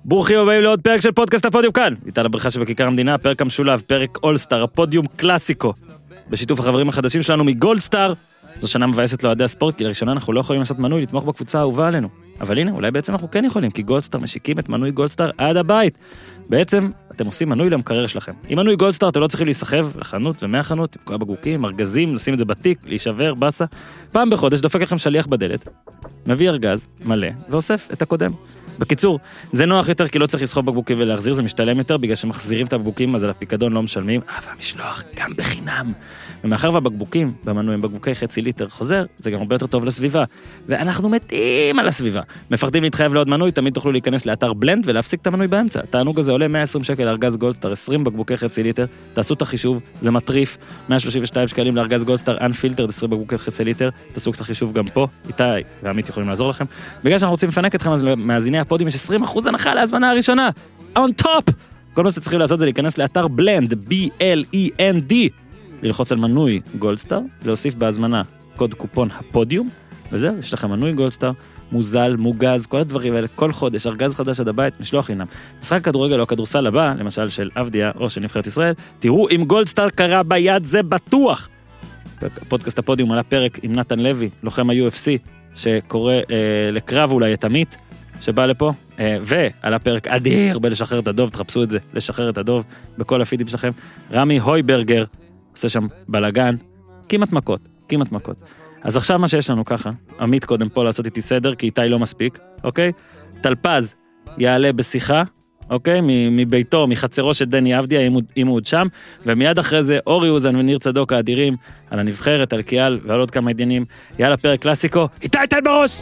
ברוכים הבאים לעוד פרק של פודקאסט הפודיום כאן. איתן הברכה שבכיכר המדינה, פרק המשולב, פרק אולסטאר, הפודיום קלאסיקו. בשיתוף החברים החדשים שלנו מגולדסטאר. זו שנה מבאסת לאוהדי הספורט, כי לראשונה אנחנו לא יכולים לעשות מנוי לתמוך בקבוצה האהובה עלינו. אבל הנה, אולי בעצם אנחנו כן יכולים, כי גולדסטאר משיקים את מנוי גולדסטאר עד הבית. בעצם, אתם עושים מנוי למקרר שלכם. עם מנוי גולדסטאר אתם לא צריכים להיסחב לחנות ומהחנות, לפגוע בקבוקים, ארגזים, לשים את זה בתיק, להישבר, בסה. פעם בחודש דופק לכם שליח בדלת, מביא ארגז מלא ואוסף את הקודם. בקיצור, זה נוח יותר כי לא צריך לסחוב בקבוקים ולהחזיר, זה משתלם יותר בגלל שמחזירים את הבקבוקים, אז על הפיקדון לא משלמים, והמשלוח גם בחינם. ומאחר והבקבוקים במנוי הם בקבוקי חצי ליטר חוזר, זה גם הרבה יותר טוב לסביבה. ואנחנו מתים על הסביבה. מפחדים להתחייב לעוד מנוי, תמיד תוכלו להיכנס לאתר בלנד ולהפסיק את המנוי באמצע. התענוג הזה עולה 120 שקל לארגז גולדסטאר, 20 בקבוקי חצי ליטר, תעשו את החישוב, זה מטריף, 132 שקלים לארגז גולדסטאר, unfiltered, 20 בקבוקי חצי ליטר, תעשו את החישוב גם פה, איתי ועמית יכולים לעזור לכם. בגלל שאנחנו רוצים לפנק אתכם, אז מאזיני הפודיום יש 20% הנחה להזמנה הראשונה. On top! כל מה שאתם צריכים לעשות זה להיכנס לאתר בלנד, B-L-E-N-D, ללחוץ על מנוי גולדסטאר, להוסיף בהזמנה קוד קופון הפודיום, וזהו, יש לכם מנוי גולדסטאר, מוזל, מוגז, כל הדברים האלה, כל חודש, ארגז חדש עד הבית, משלוח חינם. משחק כדורגל או כדורסל הבא, למשל של אבדיה או של נבחרת ישראל, תראו אם גולדסטאר קרה ביד, זה בטוח. פודקאסט הפודיום עלה פרק עם נתן לוי, לוחם ה-UFC, שקורא לקרב אולי את עמית, שבא לפה, ועל הפרק אדיר בלשחרר את הדוב, תחפשו את זה, לשחרר את הדוב בכל הפידים שלכם. רמי הויברגר עושה שם בלגן, כמעט מכות. אז עכשיו מה שיש לנו ככה, עמית קודם פה לעשות איתי סדר, כי איתי לא מספיק, אוקיי? טלפז יעלה בשיחה, אוקיי? מביתו, מחצרו של דני אבדיה, אם הוא עוד שם, ומיד אחרי זה אורי אוזן וניר צדוק האדירים, על הנבחרת, על קיאל ועל עוד כמה עניינים. יאללה, פרק קלאסיקו, איתי תן בראש!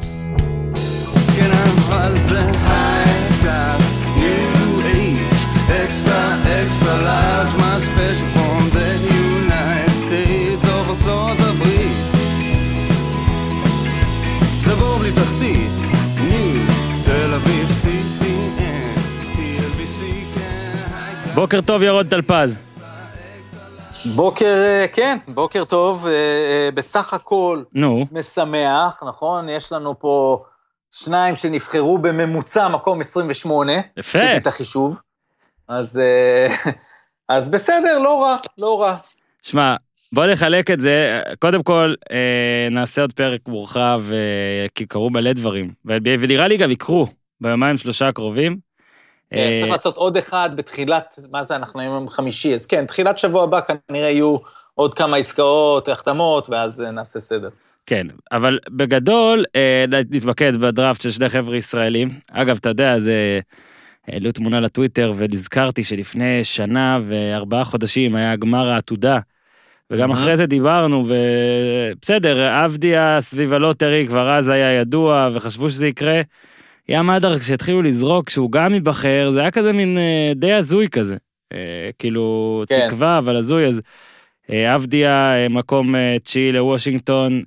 כן, אבל זה high class, new age, extra large, my special from the United States of ארצות הברית. זה בור בלי תחתית, new, תל אביב, CPN, TLBC, כן, high class. בוקר טוב ירוד טלפז. בוקר טוב, בסך הכל משמח, נכון? יש לנו פה שניים שנבחרו בממוצע מקום 28. יפה. עשיתי את החישוב. אז בסדר, לא רע. שמע, בוא נחלק את זה. קודם כל, נעשה עוד פרק מורחב, כי קרו מלא דברים. ונראה לי גם יקרו ביומיים 3 הקרובים. צריך לעשות עוד אחד בתחילת, מה זה, אנחנו היום חמישי, אז כן, תחילת שבוע הבא כנראה יהיו עוד כמה עסקאות, החתמות, ואז נעשה סדר. כן, אבל בגדול, נתמקד בדראפט של שני חבר'ה ישראלים. אגב, אתה יודע, זה העלו תמונה לטוויטר, ונזכרתי שלפני 1 שנה ו4 חודשים היה גמר העתודה, וגם אחרי זה דיברנו, ובסדר, אבדיה סביב הלוטרי, כבר אז היה ידוע, וחשבו שזה יקרה. יא מדר, כשהתחילו לזרוק, שהוא גם ייבחר, זה היה כזה מין די הזוי כזה. כאילו, כן. תקווה, אבל הזוי, אז אבדיה מקום 9 לוושינגטון,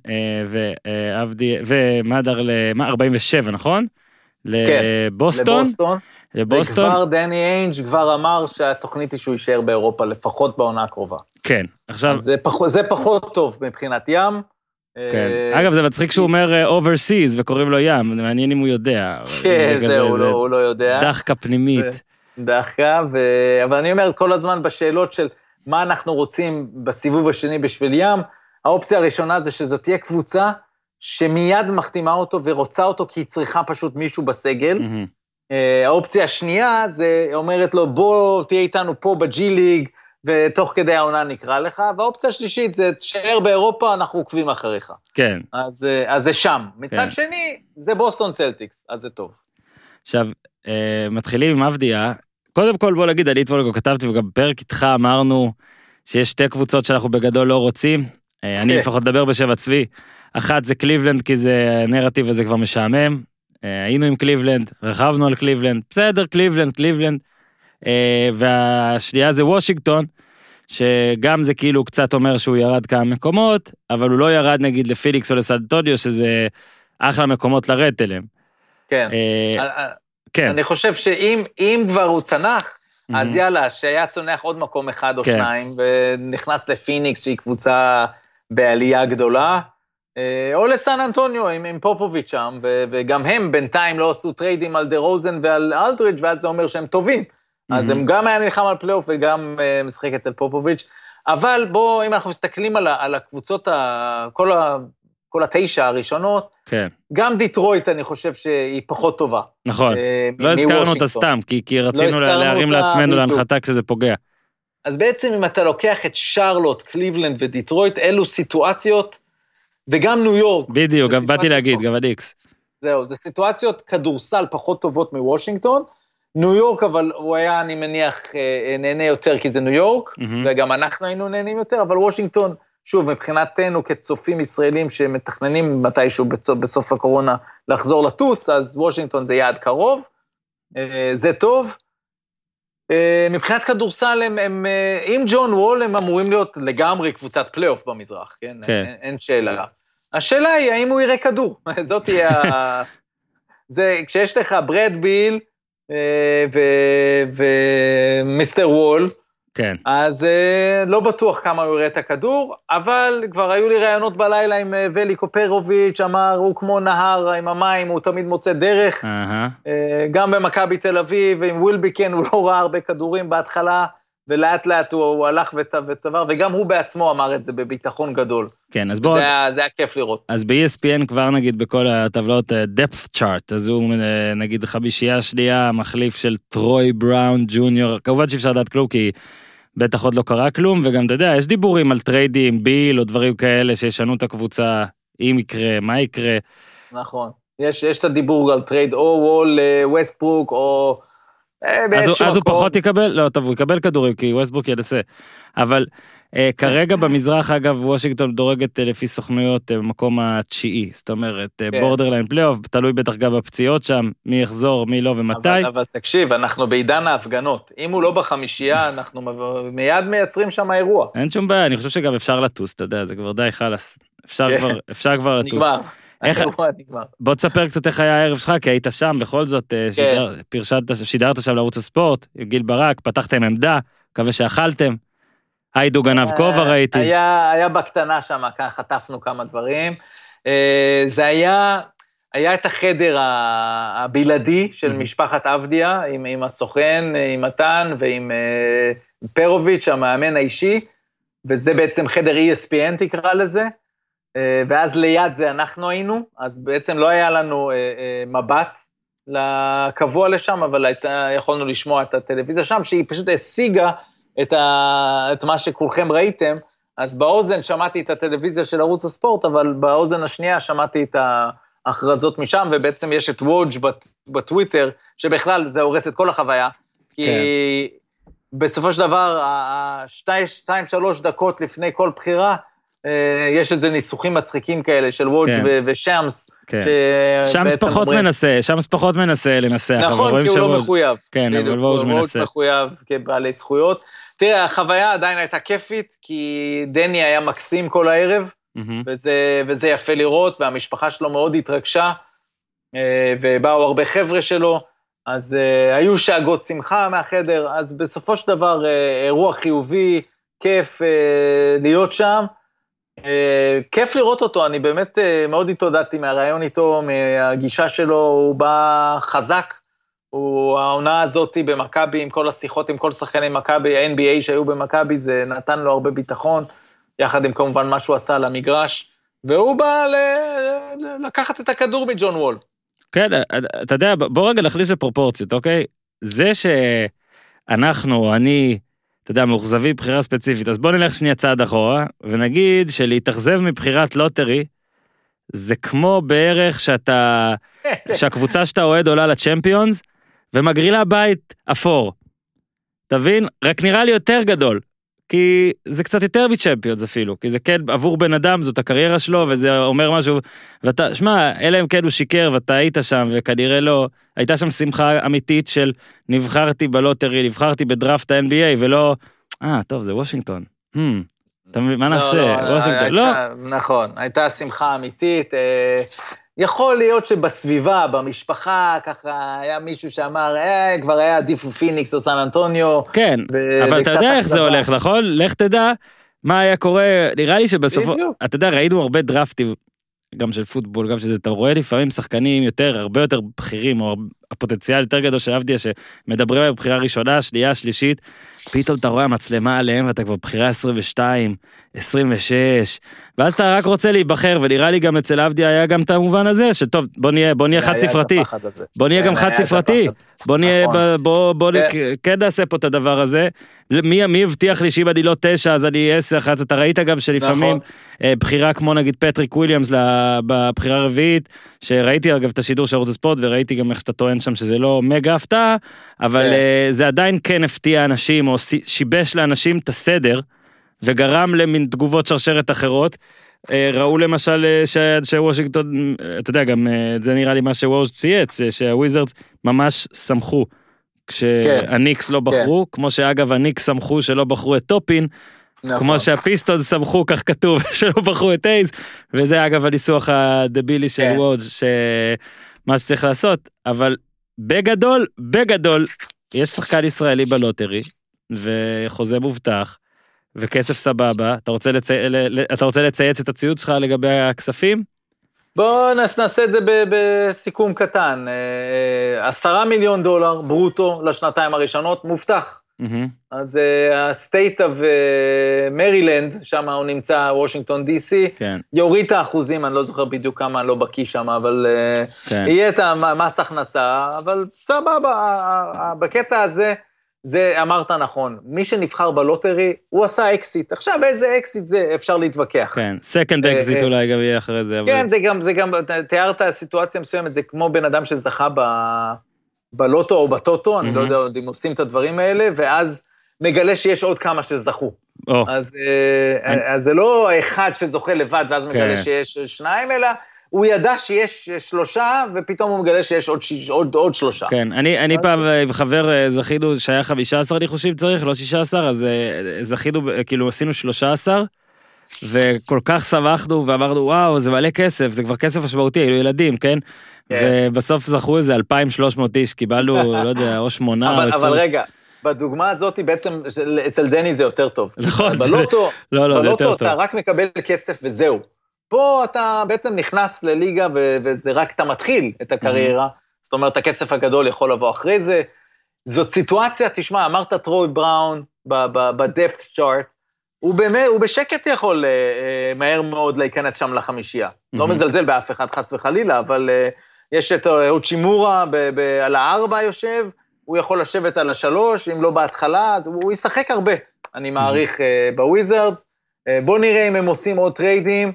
ומדר ל-47, נכון? לבוסטון. וכבר דני איינג' כבר אמר שהתוכנית היא שהוא יישאר באירופה, לפחות בעונה הקרובה. כן, עכשיו... זה פחות טוב מבחינת ים. כן. אגב, זה מצחיק שהוא אומר overseas וקוראים לו ים, מעניין אם הוא יודע. כן, זהו, הוא לא יודע. דחקה פנימית. דחקה, אבל אני אומר כל הזמן בשאלות של מה אנחנו רוצים בסיבוב השני בשביל ים, האופציה הראשונה זה שזאת תהיה קבוצה שמיד מחתימה אותו ורוצה אותו כי היא צריכה פשוט מישהו בסגל. האופציה השנייה זה אומרת לו בוא תהיה איתנו פה בג'י ליג, ותוך כדי העונה נקרא לך, והאופציה השלישית זה תשאר באירופה, אנחנו עוקבים אחריך. כן. אז זה שם. מצד שני, זה בוסטון סלטיקס, אז זה טוב. עכשיו, מתחילים עם אבדיה, קודם כל בוא נגיד, אני אתמול כתבתי, וגם בפרק איתך אמרנו, שיש 2 קבוצות שאנחנו בגדול לא רוצים, אני לפחות מדבר בשבע צבי, אחת זה קליבלנד, כי זה נרטיב וזה כבר משעמם, היינו עם קליבלנד, רכבנו על קליבלנד, בסדר, קליבלנד, והשנייה זה וושינגטון, שגם זה כאילו קצת אומר שהוא ירד כמה מקומות, אבל הוא לא ירד נגיד לפיליקס או לסנטוניו, שזה אחלה מקומות לרד אליהם. כן. כן. אני חושב שאם כבר הוא צנח, אז יאללה, שהיה צונח עוד מקום 1 או 2, ונכנס לפיניקס שהיא קבוצה בעלייה גדולה, או לסן אנטוניו עם פופוביץ' שם, וגם הם בינתיים לא עשו טריידים על דה רוזן ועל אלדריץ', ואז זה אומר שהם טובים. אז הם גם היה נלחם על פלייאוף וגם משחק אצל פופוביץ'. אבל בוא, אם אנחנו מסתכלים על הקבוצות, כל 9 הראשונות, כן. גם דיטרויט אני חושב שהיא פחות טובה. נכון, לא הזכרנו אותה סתם, כי רצינו להרים לעצמנו להנחתה כשזה פוגע. אז בעצם אם אתה לוקח את שרלוט, קליבלנד ודיטרויט, אלו סיטואציות, וגם ניו יורק. בדיוק, באתי להגיד, גם הדיקס. זהו, זה סיטואציות כדורסל פחות טובות מוושינגטון, ניו יורק אבל הוא היה, אני מניח, נהנה יותר כי זה ניו יורק, וגם אנחנו היינו נהנים יותר, אבל וושינגטון, שוב, מבחינתנו כצופים ישראלים שמתכננים מתישהו בסוף הקורונה לחזור לטוס, אז וושינגטון זה יעד קרוב, זה טוב. מבחינת כדורסל, הם עם ג'ון וול הם אמורים להיות לגמרי קבוצת פלייאוף במזרח, כן? אין שאלה. השאלה היא, האם הוא יראה כדור? זאת תהיה זה, כשיש לך ברד ביל ומיסטר וול, כן. אז לא בטוח כמה הוא יראה את הכדור, אבל כבר היו לי רעיונות בלילה עם וליקו פרוביץ', אמר, הוא כמו נהר עם המים, הוא תמיד מוצא דרך, גם במכבי תל אביב, ועם ווילביקן הוא לא ראה הרבה כדורים בהתחלה, ולאט לאט הוא הלך וצבר, וגם הוא בעצמו אמר את זה בביטחון גדול. כן, אז בוא... זה היה כיף לראות. אז ב-ESPN כבר נגיד בכל הטבלאות depth chart, אז הוא נגיד חמישייה שנייה, מחליף של טרוי בראון ג'וניור, כמובן שאפשר לדעת כלום, כי בטח עוד לא קרה כלום, וגם אתה יודע, יש דיבורים על טריידים, ביל, או דברים כאלה שישנו את הקבוצה, אם יקרה, מה יקרה. נכון, יש את הדיבור על טרייד, או וול, ווסטברוק, או... אז הוא פחות יקבל, לא, טוב, הוא יקבל כדורים, כי ווסטברוק ידסה, אבל כרגע במזרח, אגב, וושינגטון דורגת לפי סוכנויות במקום התשיעי, זאת אומרת, בורדרליין פלייאוף, תלוי בטח גם בפציעות שם, מי יחזור, מי לא ומתי. אבל תקשיב, אנחנו בעידן ההפגנות, אם הוא לא בחמישייה, אנחנו מיד מייצרים שם האירוע. אין שום בעיה, אני חושב שגם אפשר לטוס, אתה יודע, זה כבר די חלס, אפשר כבר לטוס. נגמר. בוא תספר קצת איך היה הערב שלך, כי היית שם, בכל זאת, שידרת שם לערוץ הספורט, גיל ברק, פתחתם עמדה, מקווה שאכלתם, היידו גנב כובע ראיתי. היה בקטנה שם, חטפנו כמה דברים, זה היה את החדר הבלעדי של משפחת עבדיה, עם הסוכן, עם מתן ועם פרוביץ', המאמן האישי, וזה בעצם חדר ESPN תקרא לזה, ואז ליד זה אנחנו היינו, אז בעצם לא היה לנו מבט לקבוע לשם, אבל יכולנו לשמוע את הטלוויזיה שם, שהיא פשוט השיגה את מה שכולכם ראיתם, אז באוזן שמעתי את הטלוויזיה של ערוץ הספורט, אבל באוזן השנייה שמעתי את ההכרזות משם, ובעצם יש את וודג' בטוויטר, שבכלל זה הורס את כל החוויה, כי בסופו של דבר, 2-3 דקות לפני כל בחירה, יש איזה ניסוחים מצחיקים כאלה של וודג' ושמס. שמס פחות מנסה לנסח. נכון, כי הוא לא מחויב. כן, אבל וודג' מנסה. מחויב כבעלי זכויות. תראה, החוויה עדיין הייתה כיפית, כי דני היה מקסים כל הערב, וזה יפה לראות, והמשפחה שלו מאוד התרגשה, ובאו הרבה חבר'ה שלו, אז היו שאגות שמחה מהחדר, אז בסופו של דבר אירוע חיובי, כיף להיות שם, כיף לראות אותו, אני באמת מאוד התעודדתי מהרעיון איתו, מהגישה שלו, הוא בא חזק, העונה הזאת במכבי, עם כל השיחות, עם כל שחקני מכבי, ה-NBA שהיו במכבי, זה נתן לו הרבה ביטחון, יחד עם כמובן מה שהוא עשה למגרש, והוא בא לקחת את הכדור מג'ון וול. כן, אתה יודע, בוא רגע להכניס לפרופורציות, אוקיי? זה שאנחנו, אני, אתה יודע, מאוכזבים בחירה ספציפית, אז בוא נלך שנייה צעד אחורה, ונגיד שלהתאכזב מבחירת לוטרי, זה כמו בערך שהקבוצה שאתה אוהד עולה לצ'מפיונס, ומגרילה בית אפור. תבין? רק נראה לי יותר גדול, כי זה קצת יותר מצ'מפיונס אפילו, כי זה כן עבור בן אדם, זאת הקריירה שלו, וזה אומר משהו, ואתה, שמע, אלא אם כן הוא שיקר, ואתה היית שם, וכנראה לא, הייתה שם שמחה אמיתית של נבחרתי בלוטרי, נבחרתי בדראפט ה-NBA, ולא, טוב, זה וושינגטון. מה נעשה? וושינגטון, לא. נכון, הייתה שמחה אמיתית, יכול להיות שבסביבה, במשפחה, ככה היה מישהו שאמר, כבר היה עדיף פיניקס או סן אנטוניו. כן, אבל אתה יודע איך זה הולך, נכון? לך תדע מה היה קורה, נראה לי שבסופו, אתה יודע, ראינו הרבה דראפטים, גם של פוטבול, גם שזה, אתה רואה לפעמים שחקנים הרבה יותר בכירים, או הפוטנציאל יותר גדול של אבדיה, שמדברים על בחירה ראשונה, שנייה, שלישית, פתאום אתה רואה המצלמה עליהם, ואתה כבר בחירה 22, 26, ואז אתה רק רוצה להיבחר, ונראה לי גם אצל אבדיה היה גם את המובן הזה, שטוב, בוא נהיה חד ספרתי, בוא נהיה גם חד ספרתי, בוא כן נעשה פה את הדבר הזה, מי הבטיח לי שאם אני לא 9, אז אני 10, אתה ראית אגב שלפעמים, בחירה כמו נגיד פטריק וויליאמס, בבחירה הרביעית, שראיתי אגב את השידור של ערוץ הספורט, וראיתי גם איך שאתה טוען שם שזה לא מגה הפתעה, אבל זה עדיין כן הפתיע אנשים, או שיבש לאנשים את הסדר, וגרם למין תגובות שרשרת אחרות, ראו למשל שוושינגטון, אתה יודע גם, זה נראה לי מה שווז צייץ, שהוויזרדס ממש שמחו, כשהניקס לא בחרו, כמו שאגב הניקס שמחו שלא בחרו את טופין, כמו שהפיסטונס שמחו, כך כתוב, שלא בחרו את אייז, וזה אגב הניסוח הדבילי של ווז, שמה שצריך לעשות, אבל בגדול, יש שחקן ישראלי בלוטרי, וחוזה מובטח, וכסף סבבה, אתה רוצה לצייץ את הציוד שלך לגבי הכספים? בוא נעשה את זה בסיכום קטן, $10 מיליון ברוטו לשנתיים הראשונות, מובטח. אז הסטייט of מרילנד, שם הוא נמצא, וושינגטון DC, יוריד את האחוזים, אני לא זוכר בדיוק כמה, אני לא בקיא שם, אבל יהיה את המס הכנסה, אבל סבבה, בקטע הזה, זה אמרת נכון, מי שנבחר בלוטרי, הוא עשה אקסיט, עכשיו איזה אקסיט זה, אפשר להתווכח. כן, סקנד אקסיט אולי גם יהיה אחרי זה. כן, זה גם, תיארת סיטואציה מסוימת, זה כמו בן אדם שזכה בלוטו או בטוטו, אני לא יודע אם עושים את הדברים האלה, ואז מגלה שיש עוד כמה שזכו. אז זה לא אחד שזוכה לבד, ואז מגלה שיש שניים, אלא הוא ידע שיש 3, ופתאום הוא מגלה שיש עוד 3. כן, אני פעם חבר זכינו שהיה 15, אני חושב צריך, לא 16, אז זכינו, כאילו עשינו 13, וכל כך שמחנו, ואמרנו, וואו, זה מלא כסף, זה כבר כסף משמעותי, אלו ילדים, כן? ובסוף זכו איזה 2,300 איש, קיבלנו, לא יודע, או 8 או 10. אבל רגע, בדוגמה הזאת בעצם, אצל דני זה יותר טוב. נכון. בלוטו אתה רק מקבל כסף וזהו. פה אתה בעצם נכנס לליגה, וזה רק אתה מתחיל את הקריירה, זאת אומרת, הכסף הגדול יכול לבוא אחרי זה. זאת סיטואציה, תשמע, אמרת טרוי בראון, בדפט צ'ארט, הוא בשקט יכול מהר מאוד להיכנס שם לחמישייה. לא מזלזל באף אחד חס וחלילה, אבל יש את אוצ'ימורה על 4 יושב, הוא יכול לשבת על 3, אם לא בהתחלה, אז הוא ישחק הרבה, אני מעריך בוויזרדס. בוא נראה אם הם עושים עוד טריידים.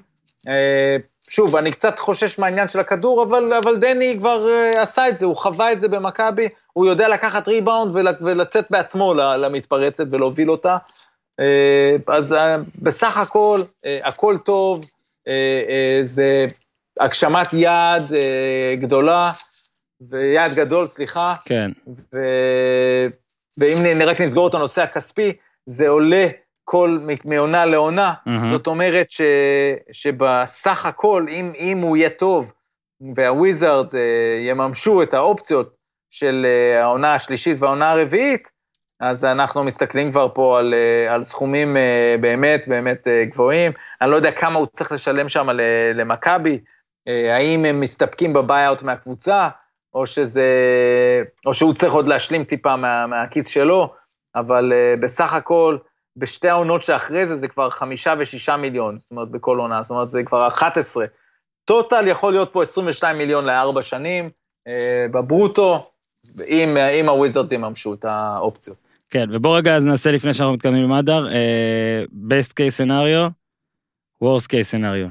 שוב, אני קצת חושש מהעניין של הכדור, אבל דני כבר עשה את זה, הוא חווה את זה במכבי, הוא יודע לקחת ריבאונד ולצאת בעצמו למתפרצת ולהוביל אותה. אז בסך הכל טוב, זה הגשמת יעד גדולה, ויעד גדול, סליחה. כן. ואם רק נסגור את הנושא הכספי, זה עולה מעונה לעונה, זאת אומרת שבסך הכל, אם הוא יהיה טוב, והוויזרדס יממשו את האופציות של העונה השלישית והעונה הרביעית, אז אנחנו מסתכלים כבר פה על סכומים באמת גבוהים. אני לא יודע כמה הוא צריך לשלם שם למכבי, האם הם מסתפקים בביי-אוט מהקבוצה, או שהוא צריך עוד להשלים טיפה מהכיס שלו, אבל בסך הכל, בשתי העונות שאחרי זה, זה כבר 5 ו6 מיליון, זאת אומרת בכל עונה, זאת אומרת זה כבר 11. טוטל יכול להיות פה 22 מיליון ל4 שנים, בברוטו, אם הוויזרדס יממשו את האופציות. כן, ובוא רגע אז נעשה לפני שאנחנו מתקדמים למאדר, best case scenario, worst case scenario.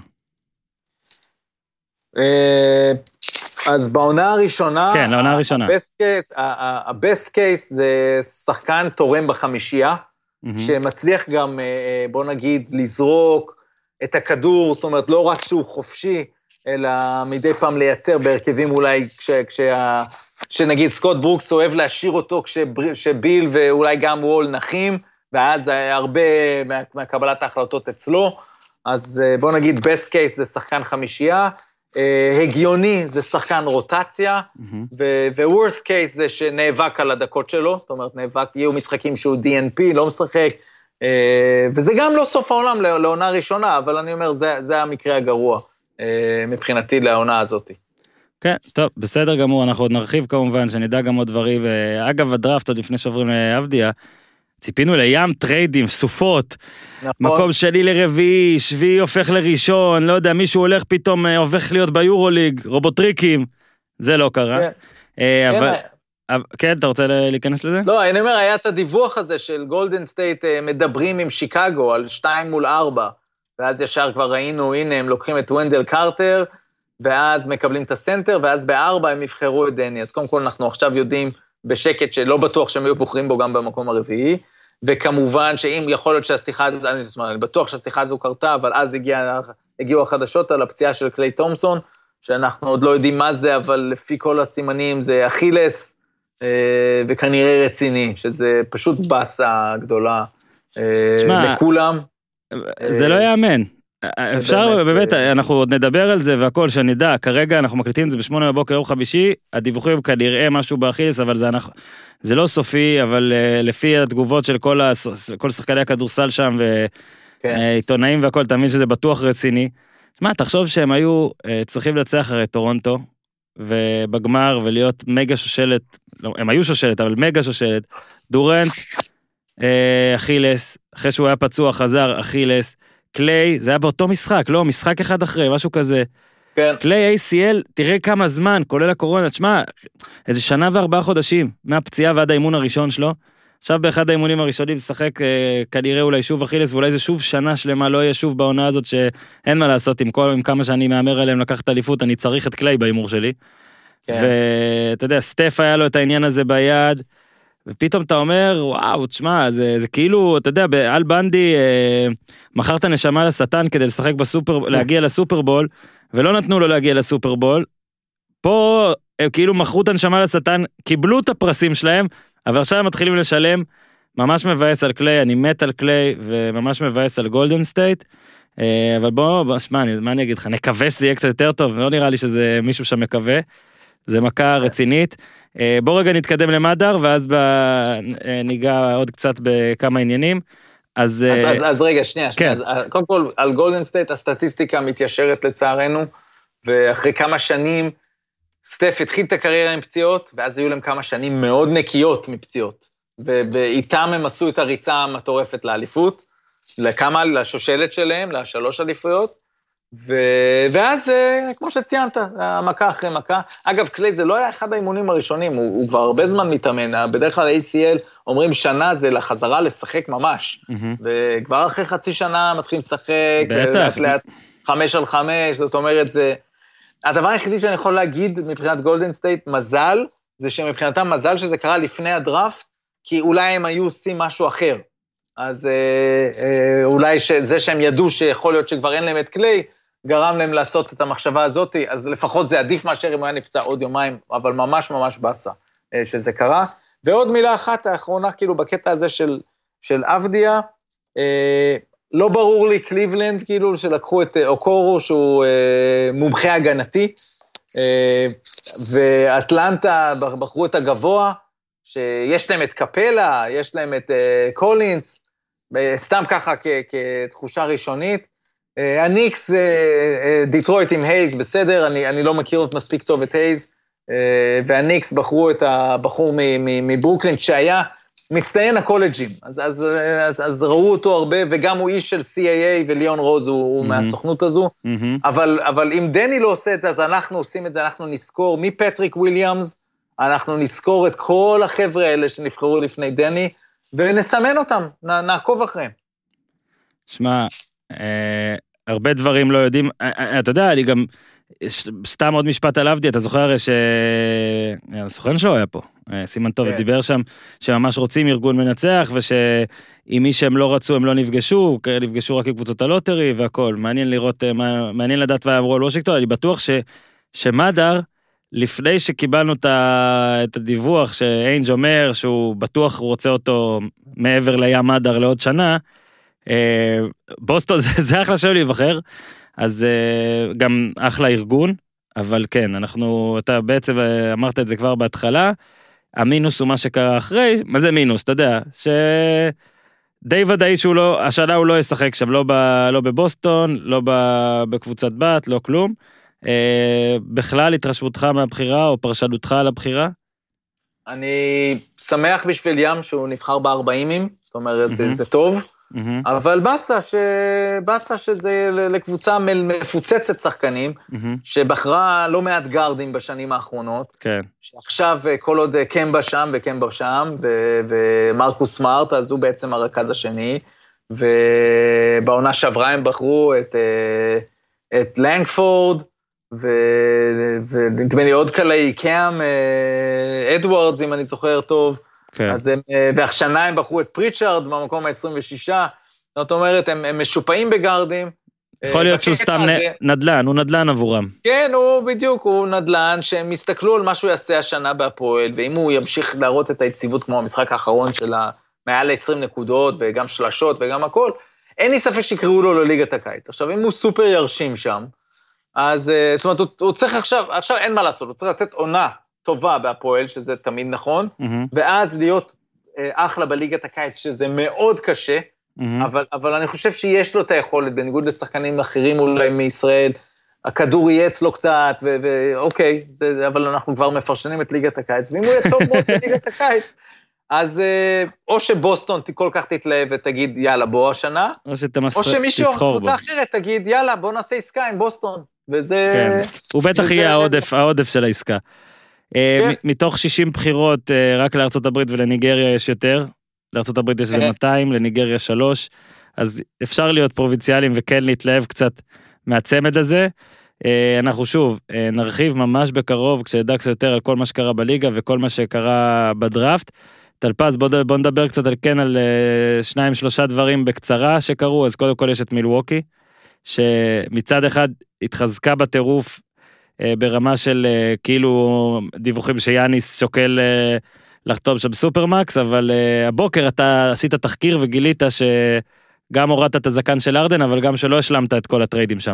אז בעונה הראשונה, כן, לעונה הראשונה. ה-best case זה שחקן תורם בחמישייה, שמצליח גם, בוא נגיד, לזרוק את הכדור, זאת אומרת, לא רק שהוא חופשי, אלא מדי פעם לייצר בהרכבים אולי, כשנגיד סקוט ברוקס אוהב להשאיר אותו, כשביל ואולי גם וול נחים, ואז הרבה מהקבלת ההחלטות אצלו, אז בוא נגיד, best case זה שחקן חמישייה, הגיוני זה שחקן רוטציה, ו-worst case זה שנאבק על הדקות שלו, זאת אומרת, יהיו משחקים שהוא DNP, לא משחק, וזה גם לא סוף העולם לעונה ראשונה, אבל אני אומר, זה המקרה הגרוע. מבחינתי לעונה הזאת. כן, טוב, בסדר גמור, אנחנו עוד נרחיב כמובן, שנדע גם עוד דברים, ואגב הדראפט עוד לפני שעוברים לאבדיה, ציפינו לים טריידים, סופות, נכון. מקום שני לרביעי, שביעי הופך לראשון, לא יודע, מישהו הולך פתאום, הופך להיות ביורוליג, רובוטריקים, זה לא קרה. כן, אתה רוצה להיכנס לזה? לא, אני אומר, היה את הדיווח הזה של גולדן סטייט מדברים עם שיקגו על 2 מול 4, ואז ישר כבר ראינו, הנה, הם לוקחים את ונדל קרטר, ואז מקבלים את הסנטר, ואז ב4 הם יבחרו את דני. אז קודם כל אנחנו עכשיו יודעים בשקט שלא בטוח שהם היו בוחרים בו גם במקום הרביעי, וכמובן שאם יכול להיות שהשיחה הזאת, אני בטוח שהשיחה הזו קרתה, אבל אז הגיעו החדשות על הפציעה של קליי תומפסון, שאנחנו עוד לא יודעים מה זה, אבל לפי כל הסימנים זה אכילס, וכנראה רציני, שזה פשוט בסה גדולה לכולם. זה לא יאמן. אפשר, באמת, אנחנו עוד נדבר על זה והכל, שנדע, כרגע אנחנו מקליטים את זה ב8 בבוקר יום חמישי, הדיווחים כנראה משהו באכילס, אבל זה לא סופי, אבל לפי התגובות של כל שחקני הכדורסל שם, ועיתונאים והכל, תאמין שזה בטוח רציני. מה, תחשוב שהם היו צריכים לצח הרי טורונטו, ובגמר, ולהיות מגה שושלת, לא, הם היו שושלת, אבל מגה שושלת, דורנט, אכילס, אחרי שהוא היה פצוע, חזר, אכילס, קליי, זה היה באותו משחק, לא, משחק אחד אחרי, משהו כזה. כן. קליי ACL, תראה כמה זמן, כולל הקורונה, תשמע, איזה 1 ו4 חודשים, מהפציעה ועד האימון הראשון שלו, עכשיו באחד האימונים הראשונים, שחק כנראה אולי שוב אכילס, ואולי זה שוב שנה שלמה, לא יהיה שוב בעונה הזאת, שאין מה לעשות, עם כמה שאני מאמר עליהם לקחת אליפות, אני צריך את קליי באימור שלי. כן. ואתה יודע, סטף היה לו את העניין הזה ביד, ופתאום אתה אומר, וואו, תשמע, זה כאילו, אתה יודע, באל בנדי, מכר את הנשמה לשטן כדי לשחק להגיע לסופרבול, ולא נתנו לו להגיע לסופרבול, פה הם כאילו מכרו את הנשמה לשטן, קיבלו את הפרסים שלהם, אבל עכשיו הם מתחילים לשלם, ממש מבאס על קליי, אני מת על קליי, וממש מבאס על גולדן סטייט, אבל בוא, שמע, מה אני אגיד לך, נקווה שזה יהיה קצת יותר טוב, לא נראה לי שזה מישהו שמקווה, זה מכה רצינית, בוא רגע נתקדם למדר, ואז ניגע עוד קצת בכמה עניינים, אז רגע, שנייה, קודם כל, על גולדן סטייט, הסטטיסטיקה מתיישרת לצערנו, ואחרי כמה שנים, סטף התחיל את הקריירה עם פציעות, ואז היו להם כמה שנים מאוד נקיות מפציעות, ואיתם הם עשו את הריצה המטורפת לאליפות, לשושלת שלהם, ל3 אליפויות, ואז, כמו שציינת, המכה אחרי מכה, אגב, קליי זה לא היה אחד האימונים הראשונים, הוא כבר הרבה זמן מתאמן, בדרך כלל ACL אומרים שנה זה לחזרה לשחק ממש, וכבר אחרי חצי שנה מתחילים לשחק, לאט לאט 5-על-5, זאת אומרת, זה... הדבר היחידי שאני יכול להגיד מבחינת גולדן סטייט, מזל, זה שמבחינתם מזל שזה קרה לפני הדראפט, כי אולי הם היו עושים משהו אחר, אז אולי זה שהם ידעו שיכול להיות שכבר אין להם את קליי, גרם להם לעשות את המחשבה הזאת, אז לפחות זה עדיף מאשר אם הוא היה נפצע עוד יומיים, אבל ממש ממש בסה שזה קרה. ועוד מילה אחת האחרונה, כאילו בקטע הזה של אבדיה, לא ברור לי קליבלנד, כאילו שלקחו את אוקורו, שהוא מומחה הגנתי, ואטלנטה בחרו את הגבוה, שיש להם את קפלה, יש להם את קולינס, סתם ככה כתחושה ראשונית, הניקס, דיטרויט עם הייז, בסדר, אני לא מכיר עוד מספיק טוב את הייז, והניקס בחרו את הבחור מברוקלין, שהיה מצטיין הקולג'ים, אז ראו אותו הרבה, וגם הוא איש של CAA, וליאון רוז הוא מהסוכנות הזו, אבל אם דני לא עושה את זה, אז אנחנו עושים את זה, אנחנו נזכור מפטריק וויליאמס, אנחנו נזכור את כל החבר'ה האלה שנבחרו לפני דני, ונסמן אותם, נעקוב אחריהם. שמע, הרבה דברים לא יודעים, אתה יודע, אני גם, סתם עוד משפט על אבדי, אתה זוכר הסוכן שלו היה פה, סימן טוב, דיבר שם, שממש רוצים ארגון מנצח, ושאם מי שהם לא רצו, הם לא נפגשו, נפגשו רק קבוצות הלוטרי והכל, מעניין לראות, מעניין לדעת מה אמרו על וושינגטון, אני בטוח שמדר, לפני שקיבלנו את הדיווח, שאיינג' אומר שהוא בטוח רוצה אותו מעבר לים מדר לעוד שנה, בוסטון זה אחלה שם להיבחר, אז גם אחלה ארגון, אבל כן, אתה בעצם אמרת את זה כבר בהתחלה, המינוס הוא מה שקרה אחרי, מה זה מינוס, אתה יודע, די ודאי שהוא לא, השנה הוא לא ישחק שם, לא בבוסטון, לא בקבוצת בת, לא כלום. בכלל התרשמותך מהבחירה, או פרשנותך על הבחירה? אני שמח בשביל ים שהוא נבחר ב-40, זאת אומרת, זה טוב, אבל בסה שזה לקבוצה מפוצצת שחקנים, שבחרה לא מעט גארדים בשנים האחרונות, שעכשיו כל עוד קמבה שם וקמבה שם, ומרקוס סמארט, אז הוא בעצם הרכז השני, ובעונה שעברה הם בחרו את לנגפורד, ונדמה לי עוד קלעי, קאם אדוארדס, אם אני זוכר טוב, והשנה הם בחרו את פריצ'ארד במקום ה-26, זאת אומרת, הם משופעים בגארדים. יכול להיות שהוא סתם נדלן, הוא נדלן עבורם. כן, הוא בדיוק, הוא נדלן, שהם יסתכלו על מה שהוא יעשה השנה בהפועל, ואם הוא ימשיך להראות את היציבות כמו המשחק האחרון של מעל 20 נקודות, וגם שלשות וגם הכל, אין לי ספק שיקראו לו לליגת הקיץ. עכשיו, אם הוא סופר ירשים שם, אז זאת אומרת, הוא צריך עכשיו אין מה לעשות, הוא צריך לתת עונה טובה בהפועל, שזה תמיד נכון, ואז להיות אחלה בליגת הקיץ, שזה מאוד קשה, אבל אני חושב שיש לו את היכולת, בניגוד לשחקנים אחרים אולי מישראל, הכדור יהיה אצלו קצת, ואוקיי, אבל אנחנו כבר מפרשנים את ליגת הקיץ, ואם הוא יהיה טוב מאוד בליגת הקיץ, אז או שבוסטון כל כך תתלהב ותגיד, יאללה, בוא השנה, או שמישהו, קבוצה אחרת, תגיד, יאללה, בוא נעשה עסקה עם בוסטון, וזה... כן. הוא בטח יהיה העודף של העסקה. מתוך 60 בחירות, רק לארצות הברית ולניגריה יש יותר, לארצות הברית יש איזה 200, לניגריה 3, אז אפשר להיות פרוביציאליים וכן להתלהב קצת מהצמד הזה. אנחנו שוב נרחיב ממש בקרוב, כשידע קצת יותר על כל מה שקרה בליגה וכל מה שקרה בדראפט. תלפז, בוא נדבר קצת על 2-3 דברים בקצרה שקרו. אז קודם כל יש את מילווקי, שמצד אחד התחזקה בטירוף, ברמה של כאילו דיווחים שיאניס שוקל לחתום שם סופרמקס, אבל הבוקר אתה עשית תחקיר וגילית שגם הורדת את הזקן של ארדן, אבל גם שלא השלמת את כל הטריידים שם.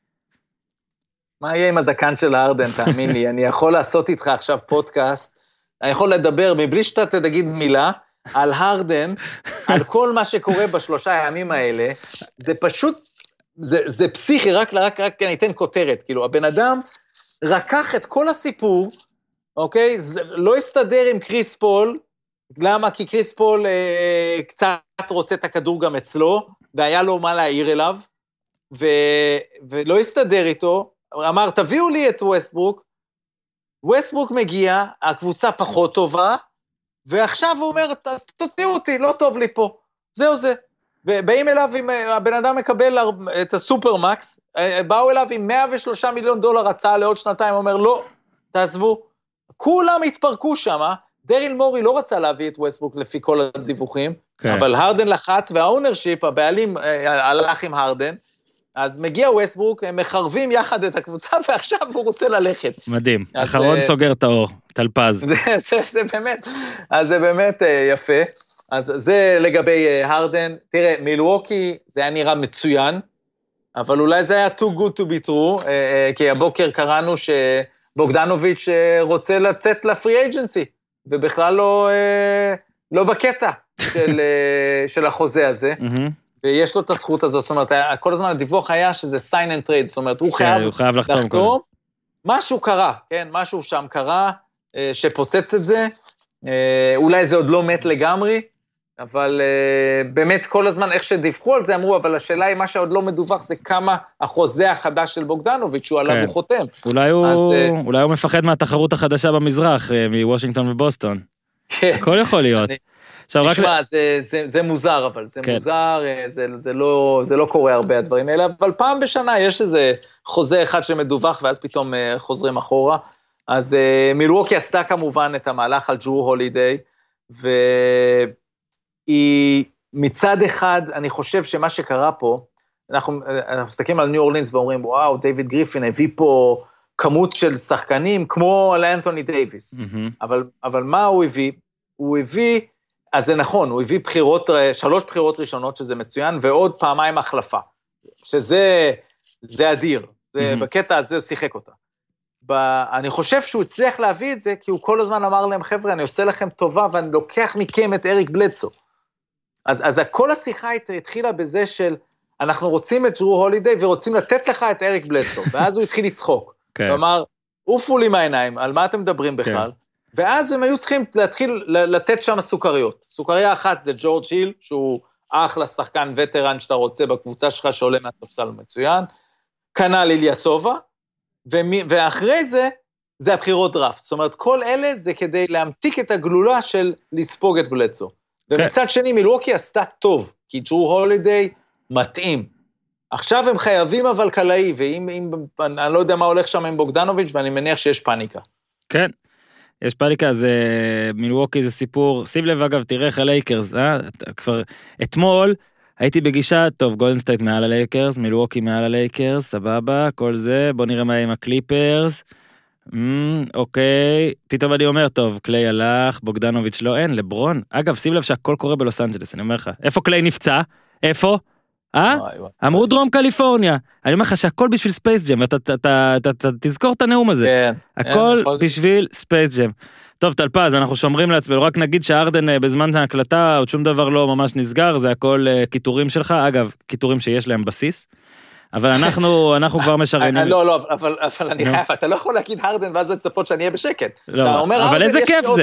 מה יהיה עם הזקן של ארדן, תאמין לי, אני יכול לעשות איתך עכשיו פודקאסט, אני יכול לדבר מבלי שאתה תגיד מילה, על הרדן, על כל מה שקורה ב3 הימים האלה, זה פשוט, זה פסיכי, רק אני אתן כותרת, כאילו, הבן אדם רקח את כל הסיפור, אוקיי? זה לא הסתדר עם קריס פול, למה? כי קריס פול קצת רוצה את הכדור גם אצלו, והיה לו מה להעיר אליו, ולא הסתדר איתו, אמר, תביאו לי את ווסטברוק, ווסטברוק מגיע, הקבוצה פחות טובה, ועכשיו הוא אומר, תוציאו אותי, לא טוב לי פה, זהו זה. ובאים אליו, הבן אדם מקבל את הסופרמקס, באו אליו עם $103 מיליון הצעה לעוד 2 אומר, לא, תעזבו. כולם התפרקו שם, דריל מורי לא רצה להביא את ווסטברוק לפי כל הדיווחים, אבל הרדן לחץ, והאונרשיפ, הבעלים הלך עם הרדן, אז מגיע ווסטברוק, הם מחרבים יחד את הקבוצה, ועכשיו הוא רוצה ללכת. מדהים, אחרון סוגר את האור, תלפז. זה באמת, אז זה באמת יפה. אז זה לגבי הרדן. תראה, מילווקי זה היה נראה מצוין, אבל אולי זה היה too good to be true, כי הבוקר קראנו שבוגדנוביץ' רוצה לצאת לפרי אייג'נסי, ובכלל לא בקטע של החוזה הזה. ויש לו את הזכות הזאת, זאת אומרת, כל הזמן הדיווח היה שזה sign and trade, זאת אומרת, הוא חייב לחתום, משהו קרה, כן, משהו שם קרה, שפוצץ את זה, אולי זה עוד לא מת לגמרי, אבל באמת כל הזמן, איך שדיווחו על זה, אמרו, אבל השאלה היא, מה שעוד לא מדווח, זה כמה החוזה החדש של בוגדנוביץ' שהוא עליו הוא חותם. אולי הוא מפחד מהתחרות החדשה במזרח, מוושינגטון ובוסטון. הכל יכול להיות. תשמע, זה מוזר, אבל זה מוזר, זה לא קורה הרבה הדברים האלה, אבל פעם בשנה יש איזה חוזה אחד שמדווח, ואז פתאום חוזרים אחורה, אז מילווקי עשתה כמובן את המהלך על ג'רו הולידיי, והיא מצד אחד, אני חושב שמה שקרה פה, אנחנו מסתכלים על ניו אורלינס ואומרים, וואו, דיוויד גריפין הביא פה כמות של שחקנים, כמו לאנתוני דייביס, אבל מה הוא הביא? הוא הביא, אז זה נכון, הוא הביא 3 בחירות ראשונות, שזה מצוין, ועוד פעמיים החלפה, שזה אדיר, בקטע הזה הוא שיחק אותה. אני חושב שהוא הצליח להביא את זה, כי הוא כל הזמן אמר להם, חבר'ה, אני עושה לכם טובה, ואני לוקח מכם את אריק בלדסו. אז כל השיחה התחילה בזה של, אנחנו רוצים את ג'רו הולידיי, ורוצים לתת לך את אריק בלדסו, ואז הוא התחיל לצחוק, ואמר, עופו לי מהעיניים, על מה אתם מדברים בכלל? ואז הם היו צריכים להתחיל לתת שם סוכריות. סוכריה אחת זה ג'ורג' היל, שהוא אחלה שחקן וטרן שאתה רוצה בקבוצה שלך, שעולה מהספסל מצוין, כנ"ל איליה סובה, ואחרי זה, זה הבחירות דראפט. זאת אומרת, כל אלה זה כדי להמתיק את הגלולה של לספוג את בלדסו. ומצד שני, מילווקי עשתה טוב, כי ג'רו הולידיי מתאים. עכשיו הם חייבים אבל קלעי, אני לא יודע מה הולך שם עם בוגדנוביץ', ואני מניח שיש פאניקה. כן, יש פאניקה, זה מילווקי זה סיפור, שים לב אגב, תראה איך הלייקרס, כבר אתמול הייתי בגישה, טוב, גולדן סטייט מעל הלייקרס, מילווקי מעל הלייקרס, סבבה, כל זה, בוא נראה מה עם הקליפרס, אוקיי, פתאום אני אומר, טוב, קליי הלך, בוגדנוביץ' לא, אין, לברון, אגב, שים לב שהכל קורה בלוס אנג'לס, אני אומר לך, איפה קליי נפצע? איפה? אמרו דרום קליפורניה, אני אומר לך שהכל בשביל ספייס ג'ם, אתה תזכור את הנאום הזה, הכל בשביל ספייס ג'ם. טוב, טלפז, אנחנו שומרים לעצמנו, רק נגיד שהארדן בזמן ההקלטה, עוד שום דבר לא ממש נסגר, זה הכל כיתורים שלך, אגב, כיתורים שיש להם בסיס, אבל אנחנו כבר משריינים. לא, אבל אני חייב, אתה לא יכול להגיד הארדן, ואז לצפות שאני אהיה בשקט. אבל איזה כיף זה.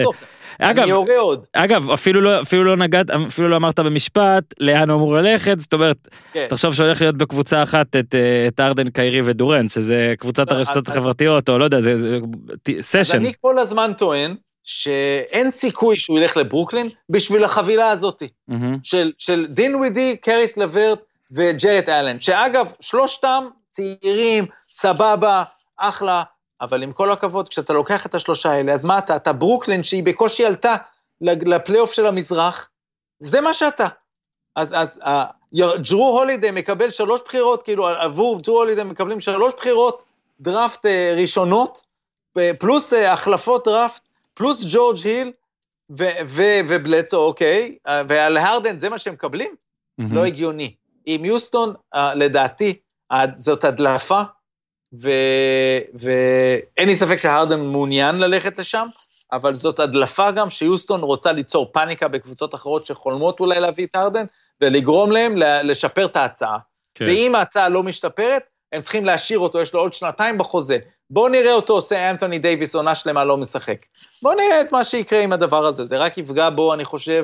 אגב, אפילו לא נגעת, אפילו לא אמרת במשפט, לאן הוא אמור ללכת, זאת אומרת, תחשוב שהולך להיות בקבוצה אחת את ארדן, קיירי ודורנט, שזה קבוצת הרשתות החברתיות, או לא יודע, זה סשן. אז אני כל הזמן טוען, שאין סיכוי שהוא ילך לברוקלין, בשביל החבילה הזאת, של דין ווידי, קריס לברט, וג'רט אלן, שאגב, שלושתם צעירים, סבבה, אחלה, אבל עם כל הכבוד, כשאתה לוקח את השלושה האלה, אז מה אתה ברוקלין, שהיא בקושי עלתה לפלייאוף של המזרח, זה מה שאתה. אז ג'רו הולידיי מקבל 3 בחירות, כאילו עבור ג'רו הולידיי מקבלים 3 בחירות, דראפט ראשונות, פלוס החלפות דראפט, פלוס ג'ורג' היל, ובלדסו, אוקיי, ועל הרדן זה מה שהם מקבלים? לא הגיוני. עם יוסטון, לדעתי, זאת הדלפה, ואין לי ספק שהרדן מעוניין ללכת לשם, אבל זאת הדלפה גם שיוסטון רוצה ליצור פאניקה בקבוצות אחרות שחולמות אולי להביא את הרדן, ולגרום להם לשפר את ההצעה. ואם ההצעה לא משתפרת, הם צריכים להשאיר אותו, יש לו עוד 2 בחוזה. בואו נראה אותו עושה אנתוני דייביס, עונה שלמה לא משחק. בואו נראה את מה שיקרה עם הדבר הזה, זה רק יפגע בו, אני חושב,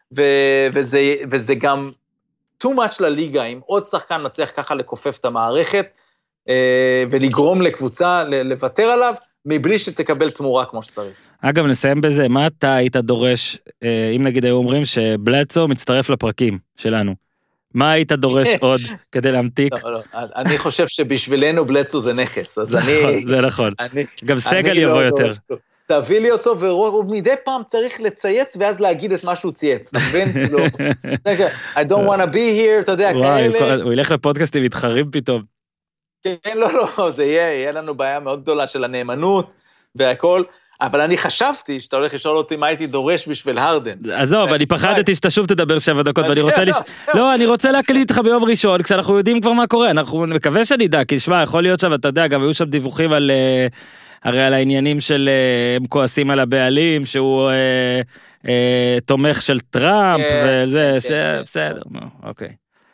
וזה גם too much לליגה, אם עוד שחקן מצליח ככה לקופף את המערכת, ולגרום לקבוצה לוותר עליו, מבלי שתקבל תמורה כמו שצריך. אגב, נסיים בזה, מה אתה היית דורש, אם נגיד היו אומרים שבלדסו מצטרף לפרקים שלנו, מה היית דורש עוד כדי להמתיק? לא, אני חושב שבשבילנו בלדסו זה נכס, אז אני... זה נכון, גם סגל יבוא יותר. תביא לי אותו, ומדי פעם צריך לצייץ, ואז להגיד את מה שהוא צייץ, נבין? I don't want to be here, אתה יודע, כאלה. הוא ילך לפודקאסטים, יתחרים פתאום. כן, לא, זה יהיה לנו בעיה מאוד גדולה של הנאמנות, והכל, אבל אני חשבתי שאתה הולך לשאול אותי מה הייתי דורש בשביל הרדן. עזוב, אני פחדתי שאתה שוב תדבר 7 דקות, ואני רוצה לא, אני רוצה להקליט איתך ביום ראשון, כשאנחנו יודעים כבר מה קורה, אנחנו מקווה שנדע, כי שמע, יכול להיות שם, אתה יודע, גם היו שם דיווחים על... הרי על העניינים של הם כועסים על הבעלים, שהוא תומך של טראמפ, וזה, בסדר, אוקיי.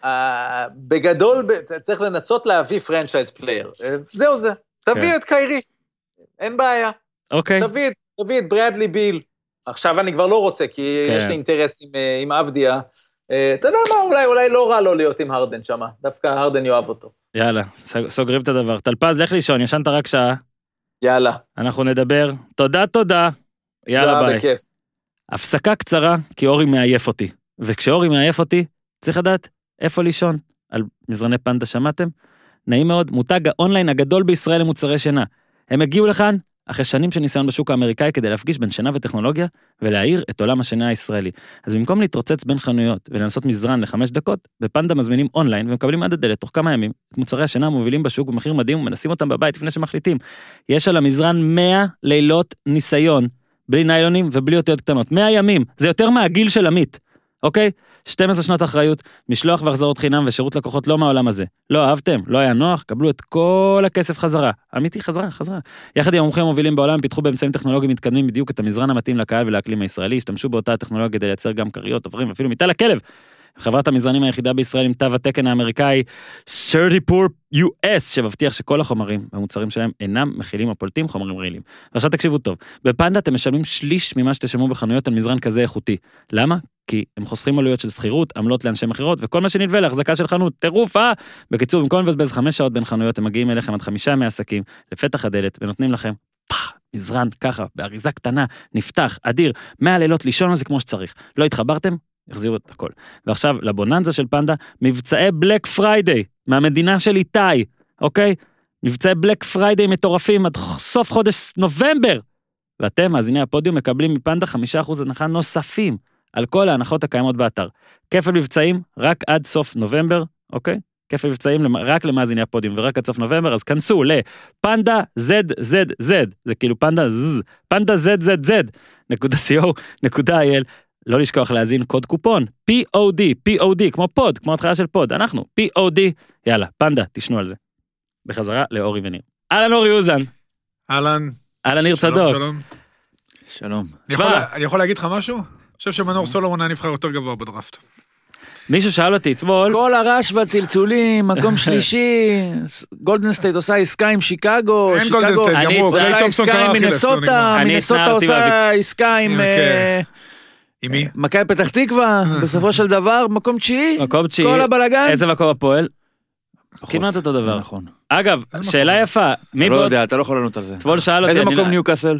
בגדול, צריך לנסות להביא פרנצ'ייז פלייר. זהו זה. תביא את קיירי. אין בעיה. אוקיי. תביא את ברדלי ביל. עכשיו אני כבר לא רוצה, כי יש לי אינטרס עם אבדיה. אתה יודע מה, אולי לא רע לו להיות עם הרדן שמה. דווקא הרדן יאהב אותו. יאללה, סוגרים את הדבר. טלפז, לך לישון, ישנת רק שעה. יאללה. אנחנו נדבר. תודה. יאללה, ביי. בכיף. הפסקה קצרה, כי אורי מעייף אותי. וכשאורי מעייף אותי, צריך לדעת איפה לישון. על מזרני פנדה שמעתם? נעים מאוד, מותג האונליין הגדול בישראל למוצרי שינה. הם הגיעו לכאן אחרי שנים של ניסיון בשוק האמריקאי כדי להפגיש בין שינה וטכנולוגיה ולהאיר את עולם השינה הישראלי. אז במקום להתרוצץ בין חנויות ולנסות מזרן ל5 דקות, בפנדה מזמינים אונליין ומקבלים עד הדלת תוך כמה ימים את מוצרי השינה המובילים בשוק במחיר מדהים ומנסים אותם בבית לפני שמחליטים. יש על המזרן 100 לילות ניסיון, בלי ניילונים ובלי אותיות קטנות. 100 ימים, זה יותר מהגיל של עמית. אוקיי? 12 שנות אחריות, משלוח והחזרות חינם ושירות לקוחות לא מהעולם הזה. לא אהבתם, לא היה נוח, קבלו את כל הכסף חזרה. אמיתי, חזרה. יחד עם המומחים המובילים בעולם, פיתחו באמצעים טכנולוגיים מתקדמים בדיוק את המזרן המתאים לקהל ולאקלים הישראלי, השתמשו באותה הטכנולוגיה כדי לייצר גם קריות, עוברים, אפילו מיטה לכלב. חברת המזרנים היחידה בישראל עם תו התקן האמריקאי Certipur US, שמבטיח שכל החומרים והמוצרים שלהם אינם מכילים או פולטים חומרים רעילים. ועכשיו תקשיבו טוב, בפנדה אתם משלמים שליש ממה שתשלמו בחנויות על מזרן כזה איכותי. למה? כי הם חוסכים עלויות של שכירות, עמלות לאנשי מחירות, וכל מה שנלווה להחזקה של חנות, טירוף, בקיצור, במקום לבזבז 5 שעות בין חנויות, הם מגיעים אליכם עד 5 מהעסקים, לפתח הדלת, ונותנים לכם מזרן ככה, באריזה קטנה, נפתח, אדיר, 100 לילות לישון על זה כמו שצריך. לא התחברתם? החזירו את הכל. ועכשיו, לבוננזה של פנדה, מבצעי בלק פריידיי, מהמדינה של איתי, אוקיי? מבצעי בלק פריידיי מטורפים עד סוף חודש נובמבר. ואתם, מאזיני הפודיום, מקבלים מפנדה 5% הנחה נוספים על כל ההנחות הקיימות באתר. כפל מבצעים רק עד סוף נובמבר, אוקיי? כפל מבצעים רק למאזיני הפודיום ורק עד סוף נובמבר, אז כנסו לפנדה ZZZ, זה כאילו פנדה ZZ, פנדה ZZZ.co.il, לא לשכוח להזין קוד קופון, POD, כמו פוד, כמו התחלה של פוד, אנחנו, POD, יאללה, פנדה, תשנו על זה. בחזרה לאורי וניר. אהלן אורי אוזן. אהלן. אהלן ניר צדוק. שלום. שלום. אני יכול להגיד לך משהו? אני חושב שמנור סולומון היה נבחר יותר גבוה בדראפט. מישהו שאל אותי אתמול. כל הרעש והצלצולים, מקום שלישי, גולדן סטייט עושה עסקה עם שיקגו, אין גולדן סטייט, גמרו, עושה עסקה עם מינסוטה, מינסוטה עושה עסקה עם... עם מי? מכבי פתח תקווה, בסופו של דבר, מקום תשיעי, כל הבלגן. איזה מקום הפועל? כמעט אותו דבר. נכון. אגב, שאלה יפה. אתה לא יודע, אתה לא יכול לענות על זה. אתמול שאל אותי... איזה מקום ניוקאסל?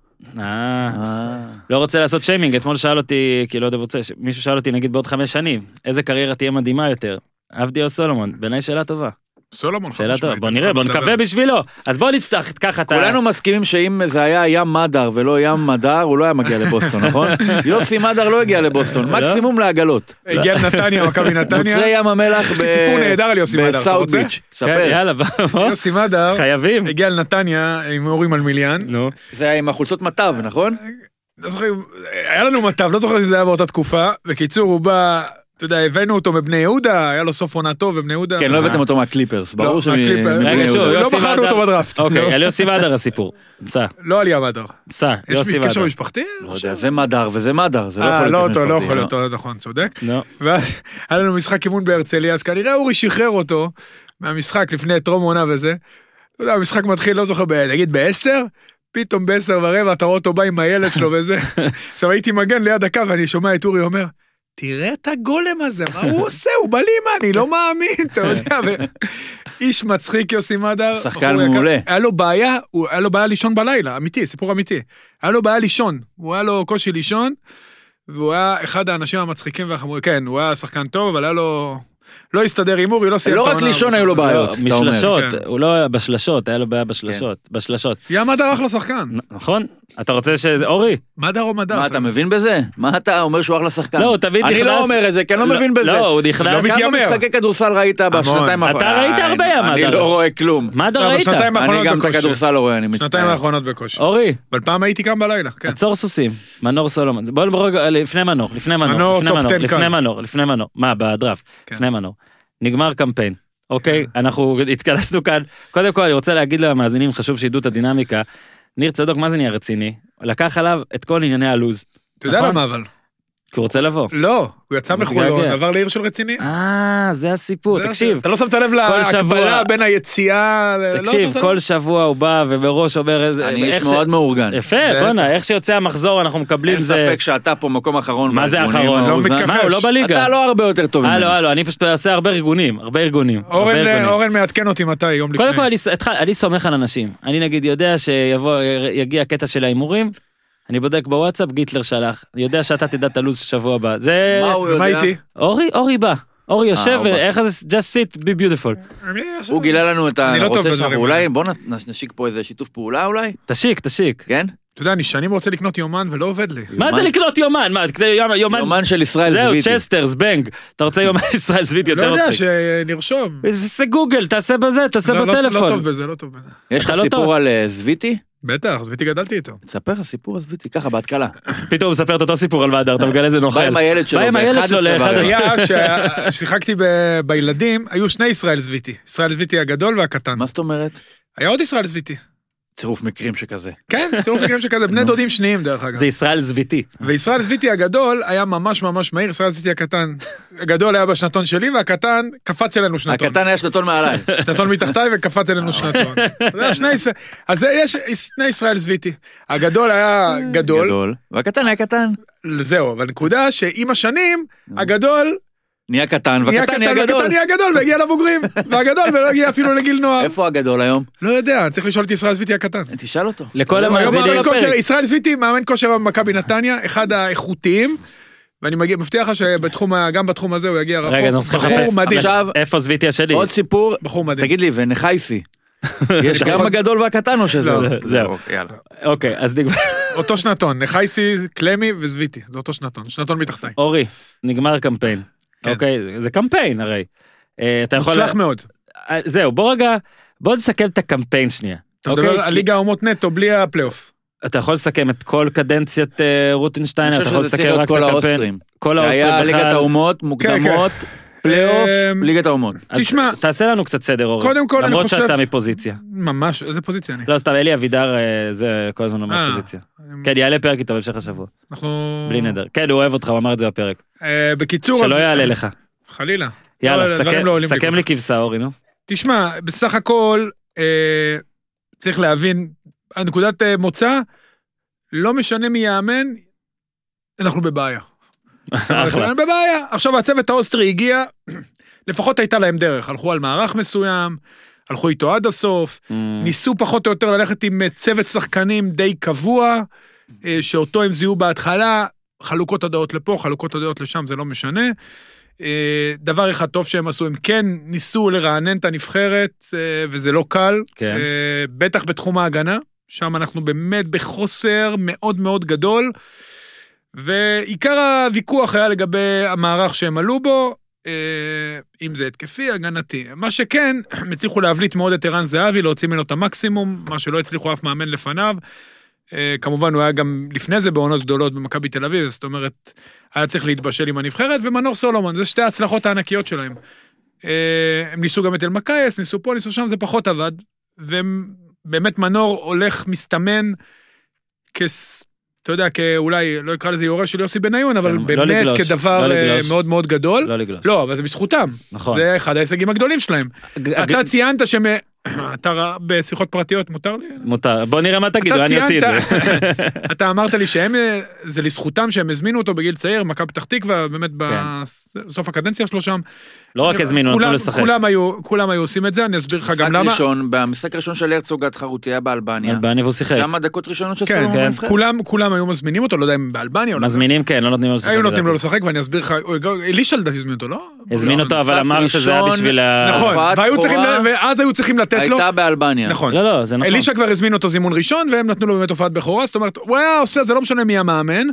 לא רוצה לעשות שיימינג, אתמול שאל אותי, כי לא יודע רוצה, מישהו שאל אותי נגיד בעוד 5 שנים, איזה קריירה תהיה מדהימה יותר, עבדי או סולומון, בעיניי שאלה טובה. סולומון, שאלה טובה, בוא נראה, בוא נקווה בשבילו, אז בוא נצטח ככה את ה... כולנו מסכימים שאם זה היה ים מדר ולא ים מדר, הוא לא היה מגיע לבוסטון, נכון? יוסי מדר לא הגיע לבוסטון, מקסימום לעגלות. הגיע לנתניה, מכבי נתניה. מוצרי ים המלח סיפור נהדר על יוסי מדר, אתה רוצה? ספר. יאללה, בוא. יוסי מדר, חייבים. הגיע לנתניה עם אורי מלמיליאן. זה היה עם החולצות מטב, נכון? לא זוכר, היה לנו מטב, לא זוכר אם זה היה באותה תקופה. בקיצור, הוא בא... אתה יודע, הבאנו אותו מבני יהודה, היה לו סוף עונה טוב בבני יהודה. כן, לא הבאתם אותו מהקליפרס, ברור רגע, שוב, לא בחרנו אותו בדראפט. אוקיי, על יוסי מדר הסיפור. סע. לא על ים מדר. סע, יוסי מדר. יש קשר משפחתי? לא יודע, זה מדר וזה מדר, זה לא יכול להיות, נכון, צודק. ואז היה לנו משחק אימון בהרצליה, אז כנראה אורי שחרר אותו מהמשחק לפני טרום עונה וזה. אתה יודע, המשחק מתחיל, לא זוכר, נגיד ב10, פתאום ב10:15, אתה רואה אותו בא עם הילד שלו וזה. עכשיו הייתי מגן ליד הקו ואני שומע את אורי אומר, תראה את הגולם הזה, מה הוא עושה? הוא בלימה, אני לא מאמין, אתה יודע. איש מצחיק יוסי מדר. שחקן מעולה. היה לו בעיה לישון בלילה, אמיתי, סיפור אמיתי. היה לו בעיה לישון, הוא היה לו קושי לישון, והוא היה אחד האנשים המצחיקים והחמורים. כן, הוא היה שחקן טוב, אבל היה לו... לא הסתדר עם אורי, לא סיים את העונה. לא רק לישון היו לו בעיות. משלשות, הוא לא היה בשלשות, היה לו בעיה בשלשות. יא מדר אחלה שחקן. נכון? אתה רוצה שזה, אורי? מדר או מדר? מה, אתה מבין בזה? מה אתה אומר שהוא אחלה שחקן? לא, הוא תמיד נכנס... אני לא אומר את זה, כי אני לא מבין בזה. לא, הוא נכנס... כמה משחקי כדורסל ראית בשנתיים האחרונות? אתה ראית הרבה, יא מדר. אני לא רואה כלום. מדר ראית? אני גם את הכדורסל לא רואה, אני מצטער. שנתיים האחרונות בקושי. אורי. אבל פעם הייתי קם בלילה, כן. עצור סוסים, מנור סולומון. בוא לפני מנור. מה, בדראפט? לפני מנור. נגמר קמפיין, אוקיי? אנחנו התכנסנו כאן. קודם כל, אני רוצה להגיד למאזינים, חשוב שידעו את הדינמיקה. ניר צדוק, מה זה נהיה רציני? לקח עליו את כל ענייני הלוז. אתה יודע למה אבל? כי הוא רוצה לבוא. לא, הוא יצא מחולון, עבר לעיר של רציני. זה הסיפור, תקשיב. אתה לא שמת לב להקבלה בין היציאה... תקשיב, כל שבוע הוא בא ובראש אומר איזה... אני איש מאוד מאורגן. יפה, בוא'נה, איך שיוצא המחזור אנחנו מקבלים זה... אין ספק שאתה פה מקום אחרון. מה זה אחרון? מה, הוא לא בליגה. אתה לא הרבה יותר טוב. הלו, אני פשוט עושה הרבה ארגונים. אורן מעדכן אותי מתי, יום לפני. קודם כל, אני סומך על אנשים. אני נגיד יודע שיגיע קטע של האימורים, אני בודק בוואטסאפ, גיטלר שלח. אני יודע שאתה תדע את הלו"ז שבוע הבא. זה... מה הוא יודע? מה איתי? אורי בא. אורי יושב, איך זה? Just sit, be beautiful. הוא גילה לנו את אני לא טוב הרוצה בדברים. אולי, בוא נשיק פה איזה שיתוף פעולה אולי? תשיק. כן? אתה יודע, אני שנים רוצה לקנות יומן ולא עובד לי. מה זה לקנות יומן? מה, יומן של ישראל זוויטי. זהו, צ'סטר, זבנג. אתה רוצה יומן ישראל זוויטי לא יותר יודע, מצחיק. שנרשום. זה גוגל, תעשה בזה, תעשה בטלפון. לא טוב בזה. יש לך אתה לא סיפור טוב. על זוויטי? בטח, זוויתי גדלתי איתו. תספר לך סיפור על זוויטי, ככה בהתקלה. פתאום הוא מספר את אותו סיפור על ועדר, אתה מגלה איזה נוכל. בא עם הילד שלו, בא עם הילד שלו לאחד... היה ששיחקתי בילדים, היו 2 ישראל זוויתי. ישראל זוויתי הגדול והקטן. מה זאת אומרת? היה עוד ישראל זוויתי. צירוף מקרים שכזה. כן, צירוף מקרים שכזה, בני דודים שניים דרך אגב. זה ישראל זוויתי. וישראל זוויתי הגדול היה ממש ממש מהיר, ישראל זוויתי הקטן. הגדול היה בשנתון שלי, והקטן קפץ אלינו שנתון. הקטן היה שנתון מעליי. שנתון מתחתיי וקפץ אלינו שנתון. אז יש שני ישראל זוויתי. הגדול היה גדול. והקטן היה קטן. זהו, אבל נקודה שעם השנים, הגדול נהיה קטן, והקטן נהיה גדול. והקטן נהיה גדול והגיע לבוגרים, והגדול ולא הגיע אפילו לגיל נוער. איפה הגדול היום? לא יודע, צריך לשאול את ישראל זוויתי הקטן. תשאל אותו. לכל המאזינים. ישראל זוויתי, מאמן כושר במכבי נתניה, אחד האיכותיים, ואני מבטיח לך שגם בתחום הזה הוא יגיע רחוק. רגע, אז אנחנו צריכים לחפש עכשיו איפה זוויתי השני. עוד סיפור, תגיד לי, ונחייסי, יש גם הגדול והקטן או שזה? זהו. אוקיי, אז נגמר. אותו שנתון, נחייסי, קלמי וזוויתי, זה אותו שנתון מתחתיי. אורי, נגמר קמפיין. אוקיי, זה קמפיין הרי. מוצלח מאוד. זהו, בוא נסכם את הקמפיין שנייה. אתה מדבר על ליגה האומות נטו בלי הפלייאוף. אתה יכול לסכם את כל קדנציית רוטנשטיין, אני אתה יכול חושב שזה לסכם צריך רק להיות את כל הקמפיין. האוסטרים. כל האוסטרים היה בכלל. ליגת האומות, מוקדמות, פלייאוף, ליגת האומות. תשמע, תעשה לנו קצת סדר, אורי. קודם כל אני למרות חושב... שאתה מפוזיציה. ממש, איזה פוזיציה אני? לא, סתם, אלי אבידר, זה כל הזמן אומר פוזיציה. כן, יעלה פרק איתו בהמשך השבוע. אנחנו... בלי נדר. כן, הוא אוהב אותך, הוא אמר את זה בפרק. בקיצור... שלא יעלה לך. חלילה. יאללה, סכם לי כבשה, אורי, נו. תשמע, בסך הכל, צריך להבין, הנקודת מוצא, לא משנה מי יאמן, אנחנו בבעיה. אחלה. בבעיה. עכשיו, הצוות האוסטרי הגיע, לפחות הייתה להם דרך, הלכו על מערך מסוים, הלכו איתו עד הסוף, ניסו פחות או יותר ללכת עם צוות שחקנים די קבוע, שאותו הם זיהו בהתחלה, חלוקות הדעות לפה, חלוקות הדעות לשם, זה לא משנה. דבר אחד טוב שהם עשו, הם כן ניסו לרענן את הנבחרת, וזה לא קל, כן. בטח בתחום ההגנה, שם אנחנו באמת בחוסר מאוד מאוד גדול, ועיקר הוויכוח היה לגבי המערך שהם עלו בו, אם זה התקפי, הגנתי. מה שכן, הם הצליחו להבליט מאוד את ערן זהבי, להוציא ממנו את המקסימום, מה שלא הצליחו אף מאמן לפניו, כמובן הוא היה גם לפני זה בעונות גדולות במכבי תל אביב, זאת אומרת, היה צריך להתבשל עם הנבחרת, ומנור סולומון, זה שתי ההצלחות הענקיות שלהם. הם ניסו גם את אלמקייס, ניסו פה, ניסו שם, זה פחות עבד, ובאמת מנור הולך מסתמן, אתה יודע, אולי, לא אקרא לזה יורש של יוסי בניון, אבל באמת כדבר מאוד מאוד גדול. לא, אבל זה בזכותם. זה אחד ההישגים הגדולים שלהם. אתה ציינת שהם... אתה בשיחות פרטיות, מותר לי? מותר, בוא נראה מה תגיד, אני אוציא את זה. אתה אמרת לי שהם, זה לזכותם שהם הזמינו אותו בגיל צעיר, מכבי פתח תקווה, באמת בסוף הקדנציה שלו שם. לא רק הזמינו, נתנו לשחק. כולם היו עושים את זה, אני אסביר לך גם למה. במשחק הראשון של הרצוג התחרותי היה באלבניה. אלבניה והוא שיחק. כמה דקות ראשונות שעשו לו בנבחרת. כולם היו מזמינים אותו, לא יודע אם באלבניה. מזמינים, כן, לא נותנים לו לשחק. היו נותנים לו לשחק, ואני אסביר לך, אלישע לדעתי הזמין אותו, לא? הזמין אותו, אבל אמר שזה היה בשביל נכון, ואז היו צריכים לתת לו. הייתה באלבניה. נכון. לא, זה נכון. אלישע כבר הזמין אותו זימון ראשון, והם נתנו לו באמת הופעת בכורה, זאת אומרת, וואו, זה לא משנה מי המאמן.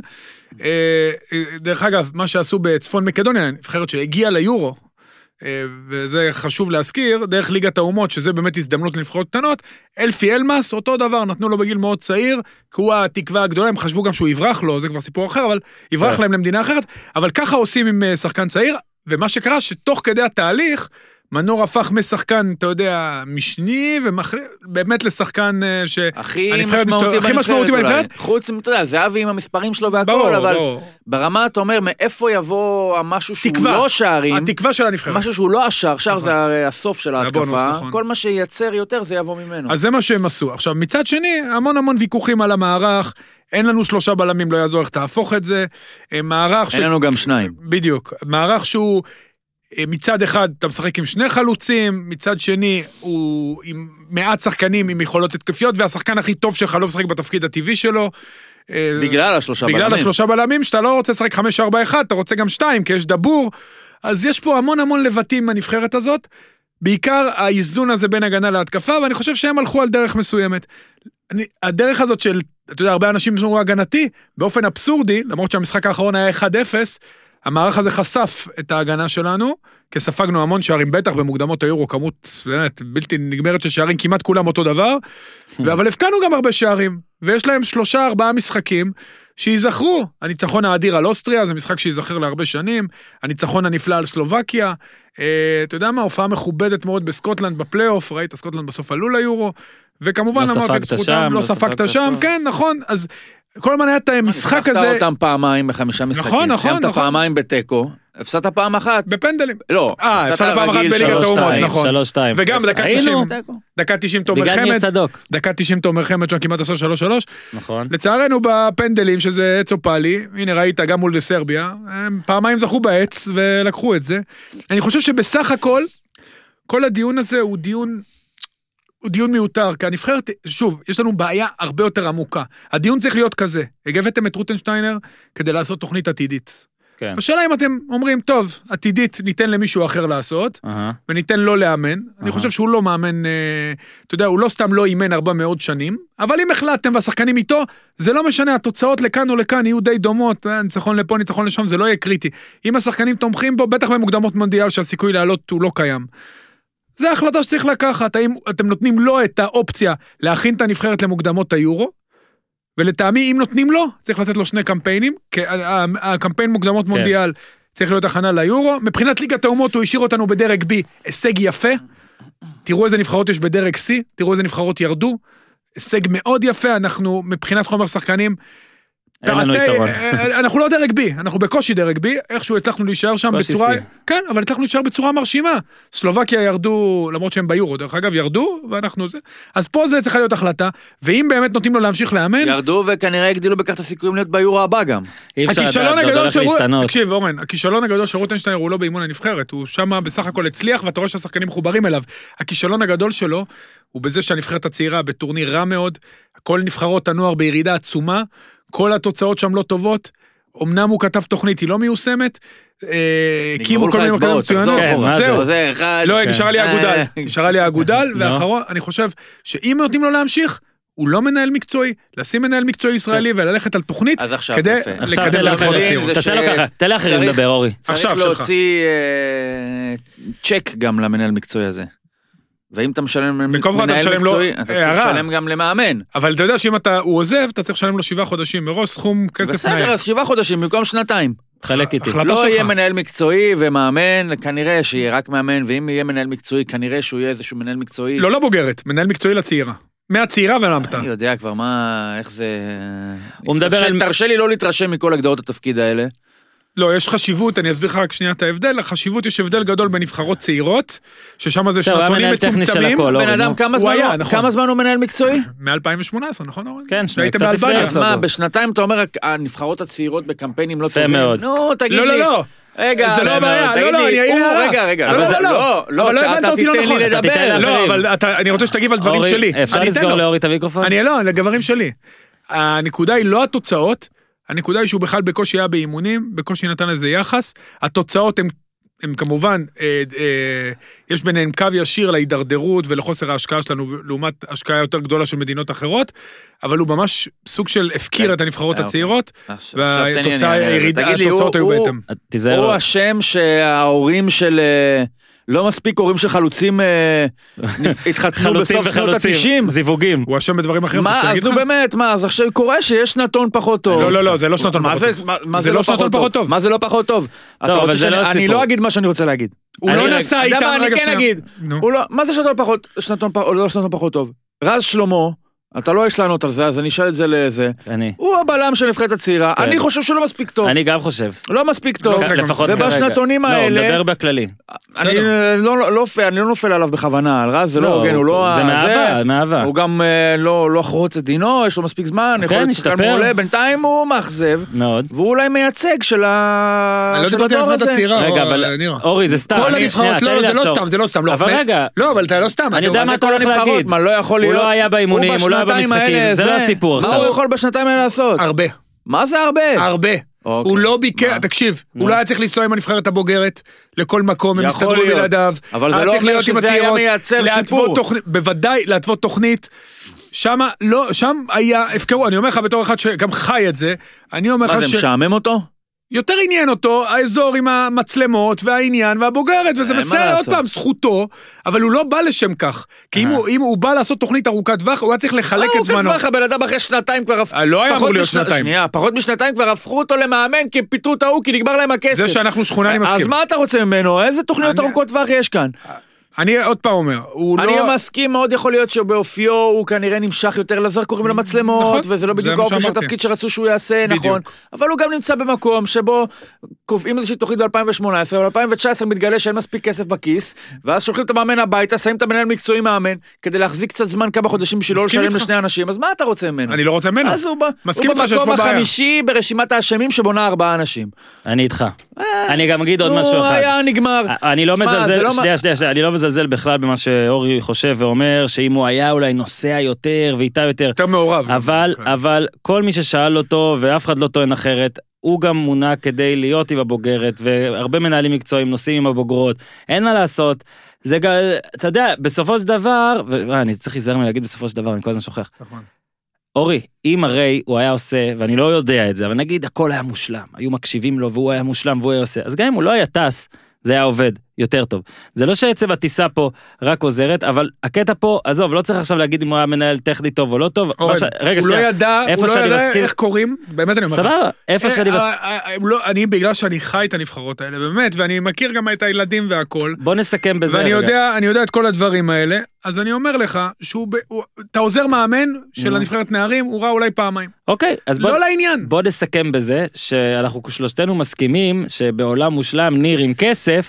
דרך אגב, מה שעשו בצפון מקדוניה, נבחרת שהגיעה ליורו, וזה חשוב להזכיר, דרך ליגת האומות, שזה באמת הזדמנות לנבחרות קטנות, אלפי אלמאס, אותו דבר, נתנו לו בגיל מאוד צעיר, כי הוא התקווה הגדולה, הם חשבו גם שהוא יברח לו, זה כבר סיפור אחר, אבל יברח להם למדינה אחרת, אבל ככה עושים עם שחקן צעיר, ומה שקרה, שתוך כדי התהליך, מנור הפך משחקן, אתה יודע, משני, באמת לשחקן הכי משמעותי בנבחרת. חוץ, אתה יודע, זהבי עם המספרים שלו והכל, אבל ברמה אתה אומר, מאיפה יבוא המשהו שהוא לא שערים, התקווה של הנבחרת. משהו שהוא לא השער, שער זה הרי הסוף של ההתקפה, כל מה שייצר יותר זה יבוא ממנו. אז זה מה שהם עשו. עכשיו, מצד שני, המון ויכוחים על המערך, אין לנו 3 בלמים, לא יעזור איך תהפוך את זה, מערך אין לנו גם 2. בדיוק, מערך שהוא מצד אחד אתה משחק עם 2 חלוצים, מצד שני הוא עם מעט שחקנים עם יכולות התקפיות, והשחקן הכי טוב שלך לא משחק בתפקיד הטבעי שלו. בגלל 3 בלמים. בגלל 3 בלמים, שאתה לא רוצה לשחק 5-4-1, אתה רוצה גם 2, כי יש דבור. אז יש פה המון לבטים בנבחרת הזאת, בעיקר האיזון הזה בין הגנה להתקפה, ואני חושב שהם הלכו על דרך מסוימת. הדרך הזאת של, אתה יודע, הרבה אנשים אמרו הגנתי, באופן אבסורדי, למרות שהמשחק האחרון היה 1-0, המערך הזה חשף את ההגנה שלנו, כי ספגנו המון שערים, בטח במוקדמות היורו, כמות באמת בלתי נגמרת של שערים, כמעט כולם אותו דבר, אבל הפקענו גם הרבה שערים, ויש להם 3-4 משחקים שיזכרו. הניצחון האדיר על אוסטריה, זה משחק שיזכר להרבה שנים, הניצחון הנפלא על סלובקיה, אתה יודע מה, הופעה מכובדת מאוד בסקוטלנד בפלייאוף, ראית, סקוטלנד בסוף עלו ליורו, וכמובן לא ספגת שם, כן, נכון, אז כל הזמן היה את המשחק הזה. הפסדת אותם פעמיים ב5 משחקים. נכון. סיימת פעמיים בטקו, הפסדת פעם אחת. בפנדלים. לא. הפסדת פעם אחת בליגת האומות, נכון. 3-2. וגם דקה 90 תומר חמד. דקה 90 תומר חמד, שם כמעט עשה 3-3. נכון. לצערנו בפנדלים, שזה עץ אופלי, הנה ראית גם מול סרביה, הם פעמיים זכו בעץ ולקחו את זה. אני חושב שבסך הכל, כל הדיון הזה הוא דיון מיותר, כי הנבחרת, שוב, יש לנו בעיה הרבה יותר עמוקה. הדיון צריך להיות כזה, הגבתם את רוטנשטיינר כדי לעשות תוכנית עתידית. כן. השאלה אם אתם אומרים, טוב, עתידית ניתן למישהו אחר לעשות, וניתן לו לאמן. אני חושב שהוא לא מאמן, אתה יודע, הוא לא סתם לא אימן 400 שנים, אבל אם החלטתם והשחקנים איתו, זה לא משנה, התוצאות לכאן או לכאן יהיו די דומות, ניצחון לפה, ניצחון לשם, זה לא יהיה קריטי. אם השחקנים תומכים בו, בטח במוקדמות מונדיאל שהסיכוי לעלות הוא לא קיים. זה ההחלטה שצריך לקחת, האם אתם נותנים לו את האופציה להכין את הנבחרת למוקדמות היורו, ולטעמי אם נותנים לו, צריך לתת לו 2 קמפיינים, כי הקמפיין מוקדמות מונדיאל צריך להיות הכנה ליורו, מבחינת ליגת האומות הוא השאיר אותנו בדרג B, הישג יפה, תראו איזה נבחרות יש בדרג C, תראו איזה נבחרות ירדו, הישג מאוד יפה, אנחנו מבחינת חומר שחקנים, אנחנו לא דרג בי, אנחנו בקושי דרג בי, איכשהו הצלחנו להישאר שם בצורה, כן, אבל הצלחנו להישאר בצורה מרשימה, סלובקיה ירדו, למרות שהם ביורו, דרך אגב ירדו, ואנחנו זה, אז פה זה צריכה להיות החלטה, ואם באמת נותנים לו להמשיך לאמן, ירדו וכנראה הגדילו בכך את הסיכויים להיות ביורו הבא גם. תקשיב אורן, הכישלון הגדול של רוטנשטיינר הוא לא באימון הנבחרת, הוא שם בסך הכל הצליח, ואתה רואה שהשחקנים מחוברים אליו, הכישלון הגדול שלו, הוא בזה שהנבחרת הצעירה בטורניר רע מאוד, כל נבחרות הנוער בירידה עצומה, כל התוצאות שם לא טובות, אמנם הוא כתב תוכנית, היא לא מיושמת, קימו כל מיני מקרים מצוינות, זהו, לא, נשארה לי האגודל, ואחרון, אני חושב שאם נותנים לו להמשיך, הוא לא מנהל מקצועי, לשים מנהל מקצועי ישראלי וללכת על תוכנית, כדי לקדם לחול הצעירות. תעשה לו ככה, תן לאחרים לדבר, אורי. צריך להוציא צ'ק גם למנהל מקצועי הזה. ואם אתה משלם מנהל מקצועי, אתה צריך לשלם גם למאמן. אבל אתה יודע שאם הוא עוזב, אתה צריך לשלם לו 7 חודשים, מראש סכום כסף נאה. בסדר, 7 חודשים, במקום 2. חלק איתי. לא יהיה מנהל מקצועי ומאמן, כנראה שיהיה רק מאמן, ואם יהיה מנהל מקצועי, כנראה שהוא יהיה איזשהו מנהל מקצועי. לא בוגרת, מנהל מקצועי לצעירה. מהצעירה ולמתה. אני יודע כבר מה, איך זה... הוא מדבר על... תרשה לי לא להתרשם מכל הגדרות התפקיד האלה. לא, יש חשיבות, אני אסביר לך רק שנייה את ההבדל, החשיבות יש הבדל גדול בנבחרות צעירות, ששם זה שנתונים מצומצמים, בן אדם כמה זמן הוא מנהל מקצועי? מ-2018, נכון? כן, קצת לפני. אז מה, בשנתיים אתה אומר, הנבחרות הצעירות בקמפיינים לא טובים? נו, תגיד לי. לא. רגע, זה לא בעיה, לא, אני אעיר הערה. רגע, לא, אתה תיתן לי לדבר. לא, אבל אני רוצה שתגיב על דברים שלי. אפשר לסגור לאורי את המיקרופון? לא, לדברים שלי. הנקודה היא לא התוצאות, הנקודה היא שהוא בכלל בקושי היה באימונים, בקושי נתן לזה יחס, התוצאות הן כמובן, יש ביניהן קו ישיר להידרדרות ולחוסר ההשקעה שלנו, לעומת השקעה יותר גדולה של מדינות אחרות, אבל הוא ממש סוג של הפקיר את הנבחרות הצעירות, והתוצאות היו בהתאם. הוא השם שההורים של... לא מספיק הורים של חלוצים התחתנו בסוף שנות ה-90. זיווגים. הוא אשם בדברים אחרים. מה, אז נו באמת, מה, אז עכשיו קורה שיש שנתון פחות טוב. לא, זה לא שנתון פחות טוב. זה לא שנתון פחות טוב. מה זה לא פחות טוב? אני לא אגיד מה שאני רוצה להגיד. הוא לא נסע איתם. אני כן אגיד. מה זה שנתון פחות טוב? רז שלמה, אתה לא יש לענות על זה, אז אני אשאל את זה לזה. הוא הבלם של נבחרת הצעירה, אני חושב שהוא לא מספיק טוב. אני גם חושב. לא מספיק טוב. ובשנתונים האלה... לא, מדבר בכללי. אני לא נופל עליו בכוונה, על רז זה לא הוגן, הוא לא... זה מאהבה. הוא גם לא חרוץ את דינו, יש לו מספיק זמן, יכול להיות שחקן מעולה, בינתיים הוא מאכזב. מאוד. והוא אולי מייצג של הדור הזה. רגע, אבל אורי, זה סתם. זה לא סתם. אבל רגע. לא, אבל אתה לא סתם. אני יודע מה אתה הולך להגיד. הוא לא היה באימונים, הוא לא היה במשחקים, זה לא הסיפור. מה הוא יכול בשנתיים האלה לעשות? הרבה. מה זה הרבה? הרבה. הוא לא ביקר, תקשיב, הוא לא היה צריך לנסוע עם הנבחרת הבוגרת לכל מקום, הם הסתדרו בלעדיו. אבל זה לא אומר שזה היה מייצר שיפור. בוודאי, להתוות תוכנית. שם היה הפקרו, אני אומר לך בתור אחד שגם חי את זה, אני אומר לך מה זה, משעמם אותו? יותר עניין אותו האזור עם המצלמות והעניין והבוגרת, וזה בסדר, עוד פעם, זכותו, אבל הוא לא בא לשם כך. כי אם הוא בא לעשות תוכנית ארוכת טווח, הוא היה צריך לחלק את זמנו. ארוכת טווח, הבן אדם אחרי שנתיים כבר... לא היה אמור להיות שנתיים. שנייה, פחות משנתיים כבר הפכו אותו למאמן, כי פיתרו את ההוא, כי נגמר להם הכסף. זה שאנחנו שכונה, אני מסכים. אז מה אתה רוצה ממנו? איזה תוכניות ארוכות טווח יש כאן? אני עוד פעם אומר, אני מסכים, מאוד יכול להיות שבאופיו הוא כנראה נמשך יותר לזרקורים למצלמות, וזה לא בדיוק האופי של התפקיד שרצו שהוא יעשה, נכון, אבל הוא גם נמצא במקום שבו קובעים איזושהי תוכנית ב-2018, וב-2019 מתגלה שאין מספיק כסף בכיס, ואז שולחים את המאמן הביתה, שמים את המנהל מקצועי מאמן, כדי להחזיק קצת זמן כמה חודשים בשביל לא לשלם לשני אנשים, אז מה אתה רוצה ממנו? אני לא רוצה ממנו. אז הוא במקום החמישי ברשימת האשמים שבונה 4 אנשים. אני איתך. אני גם אגיד עוד משהו אחד. היה נגמר. אני לא מזלזל, שנייה, אני לא מזלזל בכלל במה שאורי חושב ואומר, שאם הוא היה אולי נוסע יותר ואיתה יותר מעורב. אבל כל מי ששאל אותו, ואף אחד לא טוען אחרת, הוא גם מונה כדי להיות עם הבוגרת, והרבה מנהלים מקצועיים נוסעים עם הבוגרות, אין מה לעשות, זה גם, אתה יודע, בסופו של דבר, ואני צריך להיזהר מלהגיד בסופו של דבר, אני כל הזמן שוכח. נכון. אורי, אם הרי הוא היה עושה, ואני לא יודע את זה, אבל נגיד הכל היה מושלם, היו מקשיבים לו והוא היה מושלם והוא היה עושה, אז גם אם הוא לא היה טס, זה היה עובד יותר טוב. זה לא שעצב הטיסה פה רק עוזרת, אבל הקטע פה, עזוב, לא צריך עכשיו להגיד אם הוא היה מנהל טכני טוב או לא טוב. רגע, הוא לא ידע איך קוראים, באמת אני אומר. סבבה, איפה שאני מסכים. אני בגלל שאני חי את הנבחרות האלה, באמת, ואני מכיר גם את הילדים והכל. בוא נסכם בזה. ואני יודע את כל הדברים האלה, אז אני אומר לך, אתה עוזר מאמן של הנבחרת נערים, הוא ראה אולי פעמיים. אוקיי, אז לא לעניין. בוא נסכם בזה, שאנחנו שלושתנו מסכימים, שבעולם מושלם ניר עם כסף,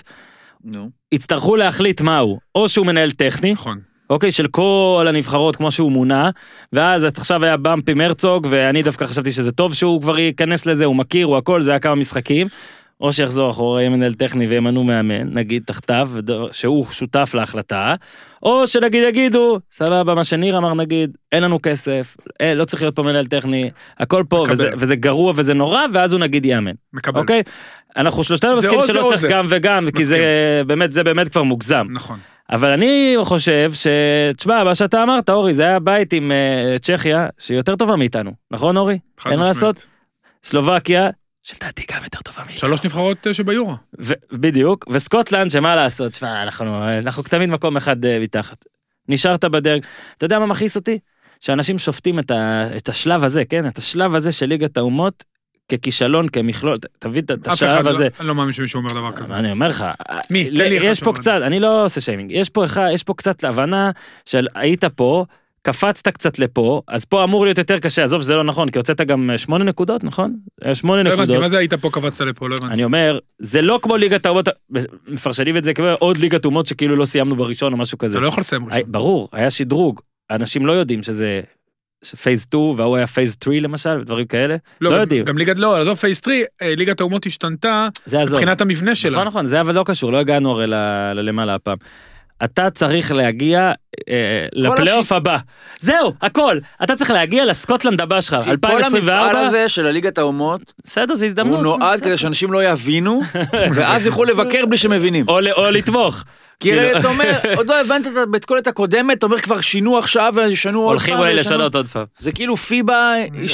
יצטרכו להחליט מהו, או שהוא מנהל טכני, נכון. אוקיי, של כל הנבחרות כמו שהוא מונה, ואז עכשיו היה במפי מרצוג, ואני דווקא חשבתי שזה טוב שהוא כבר ייכנס לזה, הוא מכיר, הוא הכל, זה היה כמה משחקים, או שיחזור אחורה, יהיה מנהל טכני וימנו מאמן, נגיד תחתיו, שהוא שותף להחלטה, או שנגיד יגידו, סבבה, מה שניר אמר נגיד, אין לנו כסף, לא צריך להיות פה מנהל טכני, הכל פה, וזה גרוע וזה נורא, ואז הוא נגיד יאמן. מקבל. אוקיי? אנחנו שלושתנו מסכים שלא צריך גם וגם, כי זה באמת כבר מוגזם. נכון. אבל אני חושב תשמע, מה שאתה אמרת, אורי, זה היה בית עם צ'כיה, שהיא יותר טובה מאיתנו, נכון אורי? אין מה לעשות? סלובקיה, שלדעתי גם יותר טובה מאיתנו. 3 נבחרות שביורו. בדיוק, וסקוטלנד, שמה לעשות? תשמע, אנחנו תמיד מקום אחד מתחת. נשארת בדרג. אתה יודע מה מכעיס אותי? שאנשים שופטים את השלב הזה, כן? את השלב הזה של ליגת האומות, ככישלון, כמכלול, תביא את השלב הזה. אני לא מאמין שמישהו אומר דבר כזה. אני אומר לך, מי? יש פה קצת, אני לא עושה שיימינג, יש פה קצת להבנה של היית פה, קפצת קצת לפה, אז פה אמור להיות יותר קשה, עזוב, זה לא נכון, כי הוצאת גם 8 נקודות, נכון? 8 נקודות. לא הבנתי, מה זה היית פה, קפצת לפה, לא הבנתי. אני אומר, זה לא כמו ליגת האומות, מפרשנים את זה כמו עוד ליגת האומות שכאילו לא סיימנו בראשון או משהו כזה. אתה לא יכול לסיים ראשון. ברור, היה שדרוג, אנשים לא יודעים שזה פייס 2, והוא היה פייס 3 למשל, ודברים כאלה, לא יודעים. גם עזוב פייס 3, ליגת האומות השתנתה, מבחינת המבנה שלה. נכון, זה אבל לא קשור, לא הגענו הרי למעלה הפעם. אתה צריך להגיע לפלייאוף הבא. זהו, הכל. אתה צריך להגיע לסקוטלנד הבא שלך, 2024. כל המפעל הזה של הליגת האומות, בסדר, זה הזדמנות. הוא נועד כדי שאנשים לא יבינו, ואז יוכלו לבקר בלי שמבינים. או לתמוך. כי אתה אומר, עוד לא הבנת את כל את הקודמת, אתה אומר כבר שינו עכשיו וישנו עוד פעם. הולכים אולי לשנות עוד פעם. זה כאילו פיבה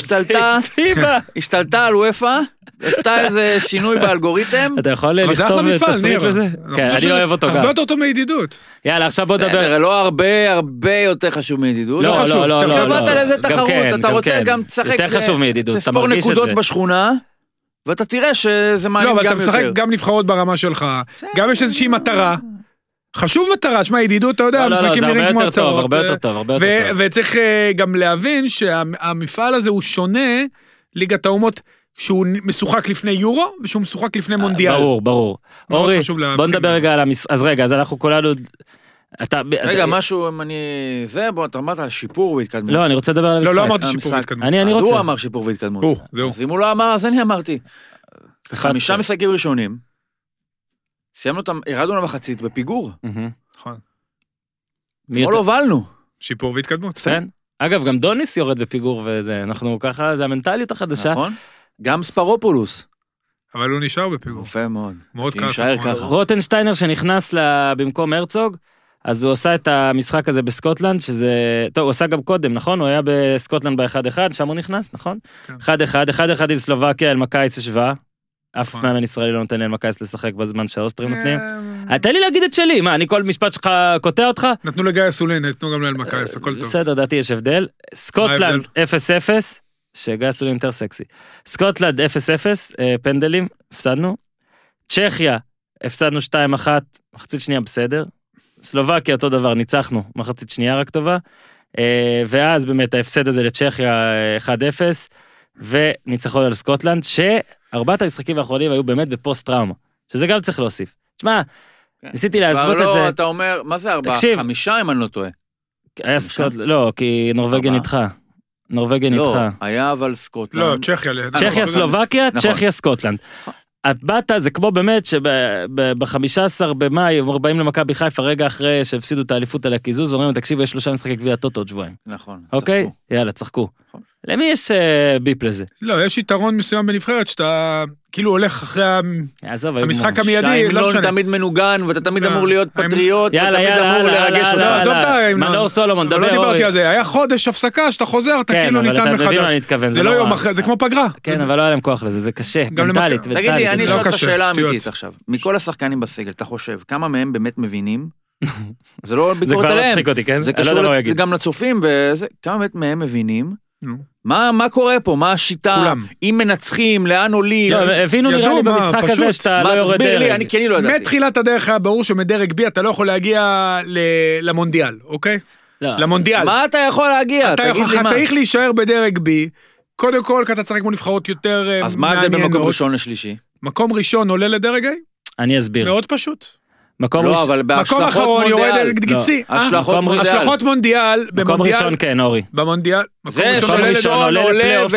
השתלטה על וופא, עשתה איזה שינוי באלגוריתם. אתה יכול לכתוב תסריט לזה? כן, אני אוהב אותו גם. הרבה יותר טוב מידידות. יאללה, עכשיו בוא נדבר. בסדר, לא הרבה יותר חשוב מידידות. לא חשוב. אתה קבעת על איזה תחרות, אתה רוצה גם תשחק. יותר חשוב מידידות, אתה תספור מרגיש את זה. נקודות בשכונה, ואתה תראה שזה מעניין גם יותר. לא, אבל אתה משחק גם נבחרות ברמה שלך, גם יש איזושהי מטרה. חשוב מטרה, שמה ידידות, אתה יודע, המשחקים נראים כמו הצעות. הרבה יותר טוב. וצריך גם להבין שהמפעל הזה הוא שונה, ליגת האומות, שהוא משוחק לפני יורו, ושהוא משוחק לפני מונדיאל. ברור. אורי, בוא נדבר רגע על אז אנחנו כולנו... רגע, משהו, אם אני... בוא, אתה אמרת על שיפור והתקדמות. לא, אני רוצה לדבר על המשחק. לא אמרתי שיפור והתקדמות. אני רוצה. אז הוא אמר שיפור והתקדמות. אז אם הוא לא אמר, אז אני אמרתי. 5 משחקים ראשונים, סיימנו אותם, ירדנו למחצית בפיגור. נכון. לא הובלנו. שיפור והתקדמות. כן. אגב, גם דוניס יורד בפיגור וזה, אנחנו ככה, זה המנטליות החדשה. נכון. גם ספרופולוס. אבל הוא נשאר בפיגור. יפה מאוד. מאוד ככה. רוטנשטיינר שנכנס במקום הרצוג, אז הוא עושה את המשחק הזה בסקוטלנד, שזה, טוב, הוא עושה גם קודם, נכון? הוא היה בסקוטלנד ב-1-1, שם הוא נכנס, נכון? 1-1 עם סלובקיה, אל מקייס השווה. אף מאמן ישראלי לא נותן לאלמקייס לשחק בזמן שהאוסטרים נותנים. תן לי להגיד את שלי, מה, אני כל משפט שלך קוטע אותך? נתנו לגיא אסולין, נתנו גם לאלמקייס, הכל טוב. בסדר, דעתי יש הבדל. סקוטלנד 0-0, שגיא אסולין יותר סקסי. סקוטלנד 0-0, פנדלים, הפסדנו. צ'כיה, הפסדנו 2-1, מחצית שנייה בסדר. סלובקיה אותו דבר, ניצחנו, מחצית שנייה רק טובה. ואז באמת ההפסד הזה לצ'כיה 1-0, וניצחון על סקוטלנד, שארבעת המשחקים האחרונים היו באמת בפוסט טראומה, שזה גם צריך להוסיף. תשמע, ניסיתי להשוות את זה. לא, אתה אומר, מה זה 4? 5 אם אני לא טועה. היה סקוטלנד, לא, כי נורווגיה נדחה. נורווגיה נדחה. לא, היה אבל סקוטלנד. לא, צ'כיה. צ'כיה, סלובקיה, צ'כיה, סקוטלנד. באת, זה כמו באמת שב-15 במאי הם באים למכבי חיפה רגע אחרי שהפסידו את האליפות על הקיזוז, ואומרים, תקשיבו, יש 3 משחקי גביע הטוטו עוד שבועיים. נכון. אוקיי? יאללה, צחקו. למי יש ביפ לזה? לא, יש יתרון מסוים בנבחרת, שאתה כאילו הולך אחרי המשחק המיידי, לא משנה. תמיד מנוגן, ואתה תמיד אמור להיות פטריוט, ואתה תמיד אמור לרגש אותה. מנור סולומון, דבר אורי. לא דיברתי על זה, היה חודש הפסקה, שאתה חוזר, אתה כאילו ניתן מחדש. זה לא יום אחרי, זה כמו פגרה. כן, אבל לא היה להם כוח לזה, זה קשה, מנטלית. תגיד לי, אני אשאל אותך שאלה אמיתית עכשיו. מכל השחקנים בסגל, אתה חושב, כמה מהם באמת מבינים? זה לא ביקורת עליהם. זה קשור גם לצופים, כמה באמת מהם מבינים? מה קורה פה? מה השיטה? אם מנצחים, לאן עולים? הבינו נראה לי במשחק הזה שאתה לא יורד דרג. כי אני לא ידעתי. מתחילת הדרך היה ברור שמדרג בי אתה לא יכול להגיע למונדיאל, אוקיי? למונדיאל. מה אתה יכול להגיע? אתה צריך להישאר בדרג בי, קודם כל, כי אתה צריך כמו נבחרות יותר מעניינות. אז מה ההבדל במקום ראשון לשלישי? מקום ראשון עולה לדרג A? אני אסביר. מאוד פשוט. מקום אחרון יורד גיסי. השלכות מונדיאל. מקום ראשון כן, אורי. במונדיאל. זה ראשון עולה לפלייאוף.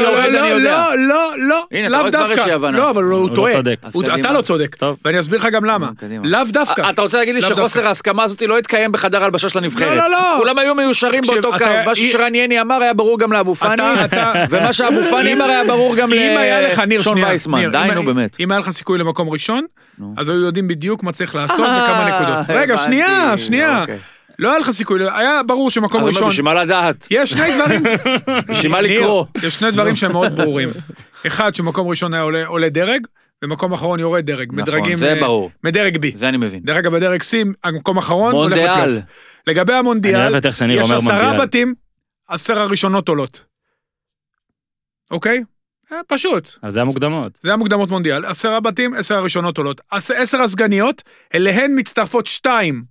לא, לאו דווקא. לא, אבל הוא טועה. אתה לא צודק. ואני אסביר לך גם למה. לאו דווקא. אתה רוצה להגיד לי שחוסר ההסכמה הזאת לא התקיים בחדר הלבשה של הנבחרת. לא. כולם היו מיושרים באותו קו. מה ששרנייני אמר היה ברור גם לאבו פאני. ומה שאבו פאני אמר היה ברור גם לשון וייסמן. די, נו באמת. אם היה לך סיכוי למקום ראשון, אז היו יודעים בדיוק מה צריך לעשות וכמה נקודות. רגע, שנייה. לא היה לך סיכוי, היה ברור שמקום ראשון... בשביל מה לדעת? יש שני דברים... בשביל מה לקרוא? יש שני דברים שהם מאוד ברורים. אחד, שמקום ראשון היה עולה דרג, ומקום אחרון יורד דרג. נכון, זה ברור. מדרג בי. זה אני מבין. דרך אגב, בדרג C, המקום האחרון הולך לפלייאוף. לגבי המונדיאל, יש 10 בתים, 10 הראשונות עולות. אוקיי? פשוט. אז זה המוקדמות. זה המוקדמות מונדיאל. 10 בתים, 10 הראשונות עולות. 10 הסגניות, אליהן מצטרפות 2.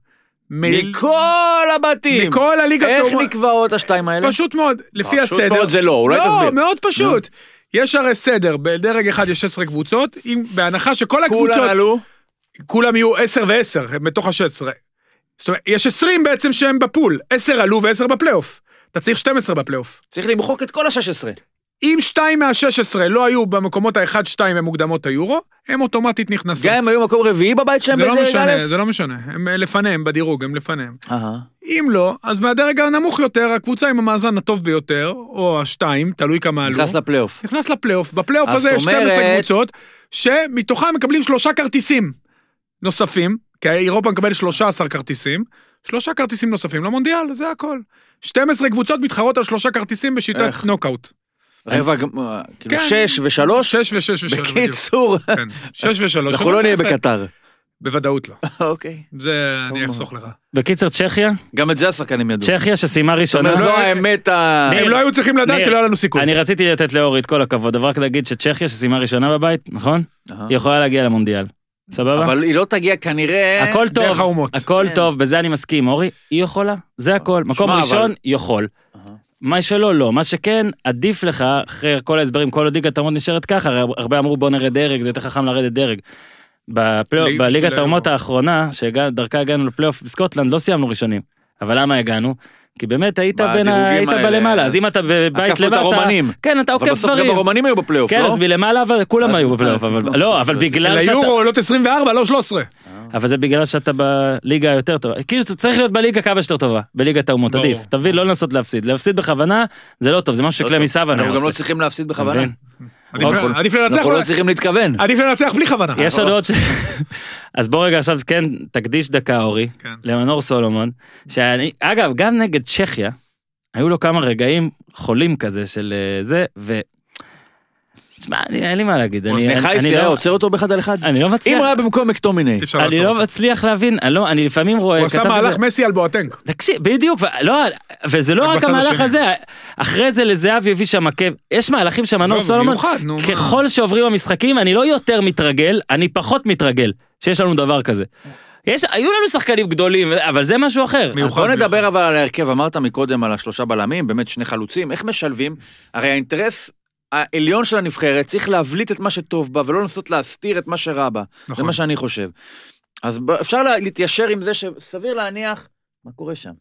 מכל הבתים. מכל הליגה. איך נקבעות השתיים האלה? פשוט מאוד, לפי הסדר. פשוט מאוד זה לא, אולי תסביר. לא, מאוד פשוט. יש הרי סדר, בדרג אחד יש 16 קבוצות, בהנחה שכל הקבוצות... כולם עלו? כולם יהיו 10 ו10, בתוך ה-16. זאת אומרת, יש 20 בעצם שהם בפול. 10 עלו ו10 בפלייאוף. אתה צריך 12 בפלייאוף. צריך למחוק את כל ה-16. אם 2 מה-16 לא היו במקומות ה-1-2 במוקדמות היורו, הם אוטומטית נכנסות. גם הם היו מקום רביעי בבית שלהם בדרג א'? זה לא משנה, הם לפניהם, בדירוג, הם לפניהם. אם לא, אז מהדרג הנמוך יותר, הקבוצה עם המאזן הטוב ביותר, או ה-2, תלוי כמה עלו. נכנס לפלייאוף. נכנס לפלייאוף. בפלייאוף הזה יש 12 קבוצות, שמתוכם מקבלים 3 כרטיסים נוספים, כי אירופה מקבל 13 כרטיסים, 3 כרטיסים נוספים למונדיאל, זה הכל. 12 קבוצות מתחרות על 3 כרטיסים בשיטת נוקאוט. רבע, כאילו 6 ו3? 6 ו6 ו3. בקיצור. 6 ו3. אנחנו לא נהיה בקטר. בוודאות לא. אוקיי. זה אני אחסוך לך. בקיצר, צ'כיה? גם את זה השחקנים ידעו. צ'כיה שסיימה ראשונה. זו האמת הם לא היו צריכים לדעת, כי לא היה לנו סיכוי. אני רציתי לתת לאורי את כל הכבוד, אבל רק להגיד שצ'כיה שסיימה ראשונה בבית, נכון? היא יכולה להגיע למונדיאל. סבבה? אבל היא לא תגיע כנראה... הכל טוב, הכל טוב, בזה אני מסכים. אורי, היא יכולה, זה הכל. מקום ראשון, יכול. מה שלא, לא. מה שכן, עדיף לך, אחרי כל ההסברים, כל ליגת האומות נשארת ככה, הרבה אמרו בוא נרד דרג, זה יותר חכם לרדת דרג. בליגת האומות האחרונה, שדרכה הגענו לפלייאוף בסקוטלנד, לא סיימנו ראשונים. אבל למה הגענו? כי באמת היית בלמעלה, אז אם אתה בבית למטה... הרומנים. כן, אתה עוקף דברים. אבל בסוף גם הרומנים היו בפלייאוף, לא? כן, אז מלמעלה, אבל כולם היו בפלייאוף. לא, אבל בגלל שאתה... ליורו עולות 24, לא 13. אבל זה בגלל שאתה בליגה היותר טובה. כאילו, צריך להיות בליגה כמה שיותר טובה, בליגת האומות, עדיף. תבין, לא לנסות להפסיד. להפסיד בכוונה, זה לא טוב, זה משהו שקלה מסבא. אנחנו גם לא צריכים להפסיד בכוונה. עדיף לנצח. אנחנו לא צריכים להתכוון. עדיף לנצח בלי כוונה. יש עוד עוד אז בוא רגע עכשיו, כן, תקדיש דקה, אורי, למנור סולומון, שאני, אגב, גם נגד צ'כיה, היו לו כמה רגעים חולים כזה של זה, תשמע, אין לי מה להגיד. נחייס היה עוצר אותו באחד על אחד? אני לא מצליח. אם הוא היה במקום מקטומיני. אני לא מצליח להבין, אני לפעמים רואה... הוא עשה מהלך מסי על בואטנק. תקשיב, בדיוק, וזה לא רק המהלך הזה, אחרי זה לזהבי הביא שם עקב, יש מהלכים שם מנור סולומון, ככל שעוברים המשחקים, אני לא יותר מתרגל, אני פחות מתרגל, שיש לנו דבר כזה. היו לנו שחקנים גדולים, אבל זה משהו אחר. בוא נדבר אבל על ההרכב, אמרת מקודם על 3 בלמים, באמת 2 חלוצים, איך משלבים? הרי האינטרס העליון של הנבחרת צריך להבליט את מה שטוב בה, ולא לנסות להסתיר את מה שרע בה. זה מה שאני חושב. אז אפשר להתיישר עם זה שסביר להניח, מה קורה שם?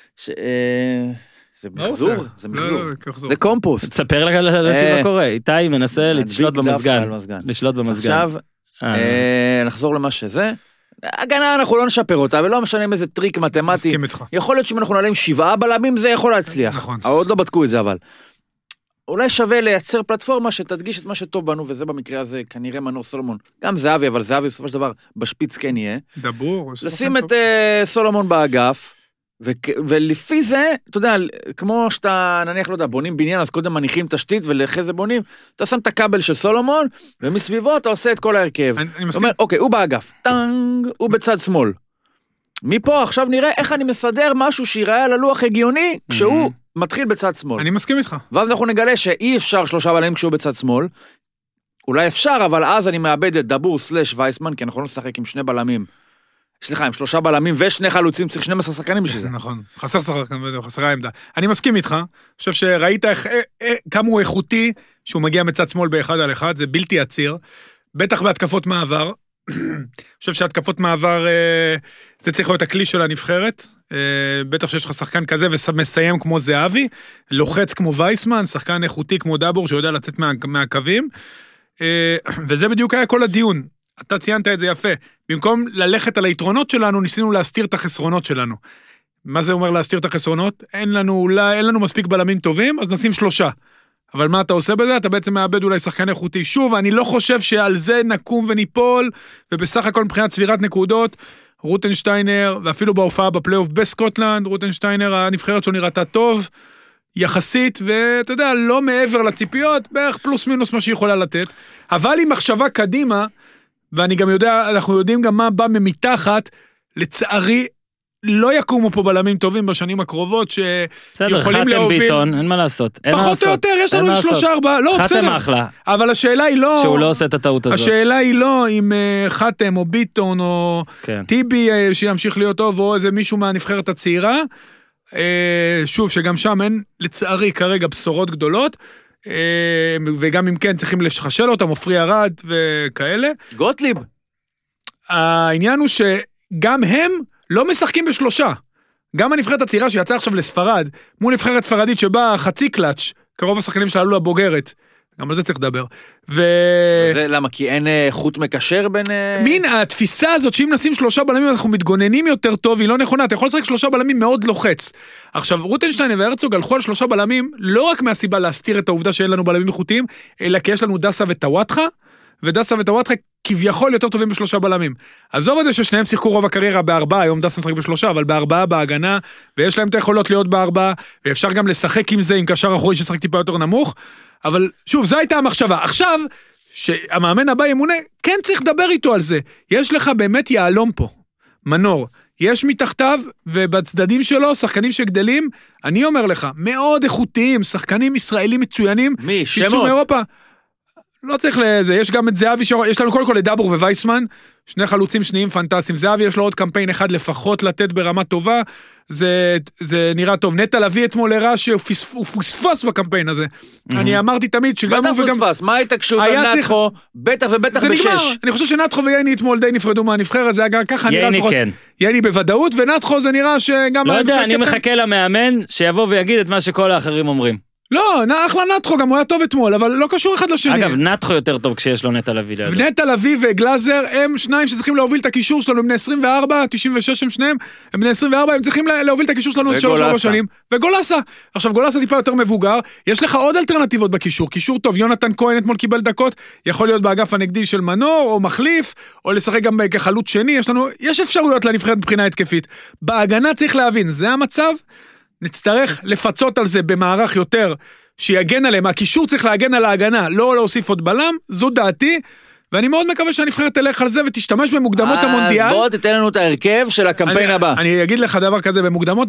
זה מחזור? זה מחזור. זה קומפוסט. תספר לאנשים מה קורה. איתי מנסה לשלוט במזגן. לשלוט במזגן. עכשיו, נחזור למה שזה. הגנה אנחנו לא נשפר אותה, ולא משנה עם איזה טריק מתמטי. יכול להיות שאם אנחנו נעלים 7 בלמים, זה יכול להצליח. עוד לא בדקו את זה, אבל. אולי שווה לייצר פלטפורמה שתדגיש את מה שטוב בנו, וזה במקרה הזה כנראה מנור סולומון. גם זהבי, אבל זהבי בסופו של דבר בשפיץ כן יהיה. דבור. לשים את סולומון באגף, ולפי זה, אתה יודע, כמו שאתה נניח, לא יודע, בונים בניין, אז קודם מניחים תשתית, ולאחרי זה בונים, אתה שם את הכבל של סולומון, ומסביבו אתה עושה את כל ההרכב. אומר, אוקיי, הוא באגף, טנג, הוא בצד שמאל. מפה עכשיו נראה איך אני מסדר משהו שיראה על הלוח הגיוני, כשהוא מתחיל בצד שמאל. אני מסכים איתך. ואז אנחנו נגלה שאי אפשר 3 בלמים כשהוא בצד שמאל. אולי אפשר, אבל אז אני מאבד את דבור / וייסמן, כי אנחנו לא נשחק עם 2 בלמים. סליחה, עם 3 בלמים ו2 חלוצים, צריך 12 שחקנים בשביל זה. נכון, חסר שחקן, חסרה עמדה. אני מסכים איתך, אני חושב שראית כמה הוא איכותי, שהוא מגיע מצד שמאל באחד על אחד, זה בלתי עציר, בטח בהתקפות מעבר, אני חושב שהתקפות מעבר, זה צריך להיות הכלי של הנבחרת, בטח שיש לך שחקן כזה ומסיים כמו זהבי, לוחץ כמו וייסמן, שחקן איכותי כמו דבור שיודע לצאת מהקווים, וזה בדיוק היה כל הדיון. אתה ציינת את זה יפה. במקום ללכת על היתרונות שלנו, ניסינו להסתיר את החסרונות שלנו. מה זה אומר להסתיר את החסרונות? אין לנו מספיק בלמים טובים, אז נשים 3. אבל מה אתה עושה בזה? אתה בעצם מאבד אולי שחקן איכותי. שוב, אני לא חושב שעל זה נקום וניפול, ובסך הכל מבחינת צבירת נקודות, רוטנשטיינר, ואפילו בהופעה בפלייאוף בסקוטלנד, רוטנשטיינר, הנבחרת שלו נראתה טוב, יחסית, ואתה יודע, לא מעבר לציפיות, בערך פלוס מינוס מה שהיא יכולה לתת. אבל עם מחשבה קדימה, ואני גם יודע, אנחנו יודעים גם מה בא ממתחת, לצערי, לא יקומו פה בלמים טובים בשנים הקרובות, שיכולים להוביל... חתם ביטון, אין מה לעשות. פחות או יותר, יש לנו 3-4, לא, בסדר. חתם אחלה. אבל השאלה היא לא... שהוא לא עושה את הטעות הזאת. השאלה היא לא אם חתם או ביטון או טיבי שימשיך להיות טוב, או איזה מישהו מהנבחרת הצעירה. שוב, שגם שם אין לצערי כרגע בשורות גדולות, וגם אם כן צריכים לשחשל אותם, עופרי ארד וכאלה. גוטליב. העניין הוא שגם הם לא משחקים ב3. גם הנבחרת הצעירה שיצאה עכשיו לספרד, מול נבחרת ספרדית שבאה חצי קלאץ', קרוב השחקנים שלה עלו לבוגרת. גם על זה צריך לדבר. זה למה? כי אין חוט מקשר בין... מין התפיסה הזאת שאם נשים 3 בלמים אנחנו מתגוננים יותר טוב, היא לא נכונה. אתה יכול לשחק 3 בלמים מאוד לוחץ. עכשיו, רוטנשטיין והרצוג הלכו על 3 בלמים, לא רק מהסיבה להסתיר את העובדה שאין לנו בלמים איכותיים, אלא כי יש לנו דסה וטוואטחה, ודסה וטוואטחה כביכול יותר טובים ב3 בלמים. עזוב את זה ששניהם שיחקו רוב הקריירה ב4, היום דסה משחק ב3, אבל ב4 בהגנה, ויש להם את היכולות להיות ב4, ואפשר גם לשחק עם זה, עם קשר אחורי ששחק טיפה יותר נמוך, אבל שוב, זו הייתה המחשבה. עכשיו, שהמאמן הבא ימונה, כן צריך לדבר איתו על זה. יש לך באמת יעלום פה, מנור. יש מתחתיו, ובצדדים שלו, שחקנים שגדלים, אני אומר לך, מאוד איכותיים, שחקנים ישראלים מצוינים. מי? שמות? מאירופה. לא צריך לזה, יש גם את זהבי, יש לנו קודם כל לדבור ווייסמן, 2 חלוצים שניים פנטסטיים, זהבי יש לו עוד קמפיין אחד לפחות לתת ברמה טובה, זה נראה טוב, נטע לביא אתמול הראה שהוא פספוס בקמפיין הזה, אני אמרתי תמיד שגם הוא וגם... מה הייתה קשור לנתחו, בטח ובטח זה ב6. נגמר, אני חושב שנתחו וייני אתמול די נפרדו מהנבחרת, זה היה ככה נראה לפחות, ייני בוודאות, ונתחו זה נראה שגם... לא יודע, אני מחכה למאמן שיבוא ויגיד את מה שכל האחרים אומרים. לא, אחלה נתחו, גם הוא היה טוב אתמול, אבל לא קשור אחד לשני. אגב, נתחו יותר טוב כשיש לו נטע לביא לידו. נטע לביא וגלאזר הם 2 שצריכים להוביל את הקישור שלנו, הם בני 24, 96 הם שניהם, הם בני 24, הם צריכים להוביל את הקישור שלנו 3-4 שנים, וגולסה. עכשיו גולסה טיפה יותר מבוגר, יש לך עוד אלטרנטיבות בקישור, קישור טוב, יונתן כהן אתמול קיבל דקות, יכול להיות באגף הנגדי של מנור, או מחליף, או לשחק גם כחלוץ שני, יש אפשרויות לנבחרת מבחינה התקפית. בהגנה צריך להבין, זה המצב, נצטרך לפצות על זה במערך יותר שיגן עליהם, הקישור צריך להגן על ההגנה, לא להוסיף עוד בלם, זו דעתי, ואני מאוד מקווה שהנבחרת תלך על זה ותשתמש במוקדמות המונדיאל. אז בוא תתן לנו את ההרכב של הקמפיין הבא. אני אגיד לך דבר כזה,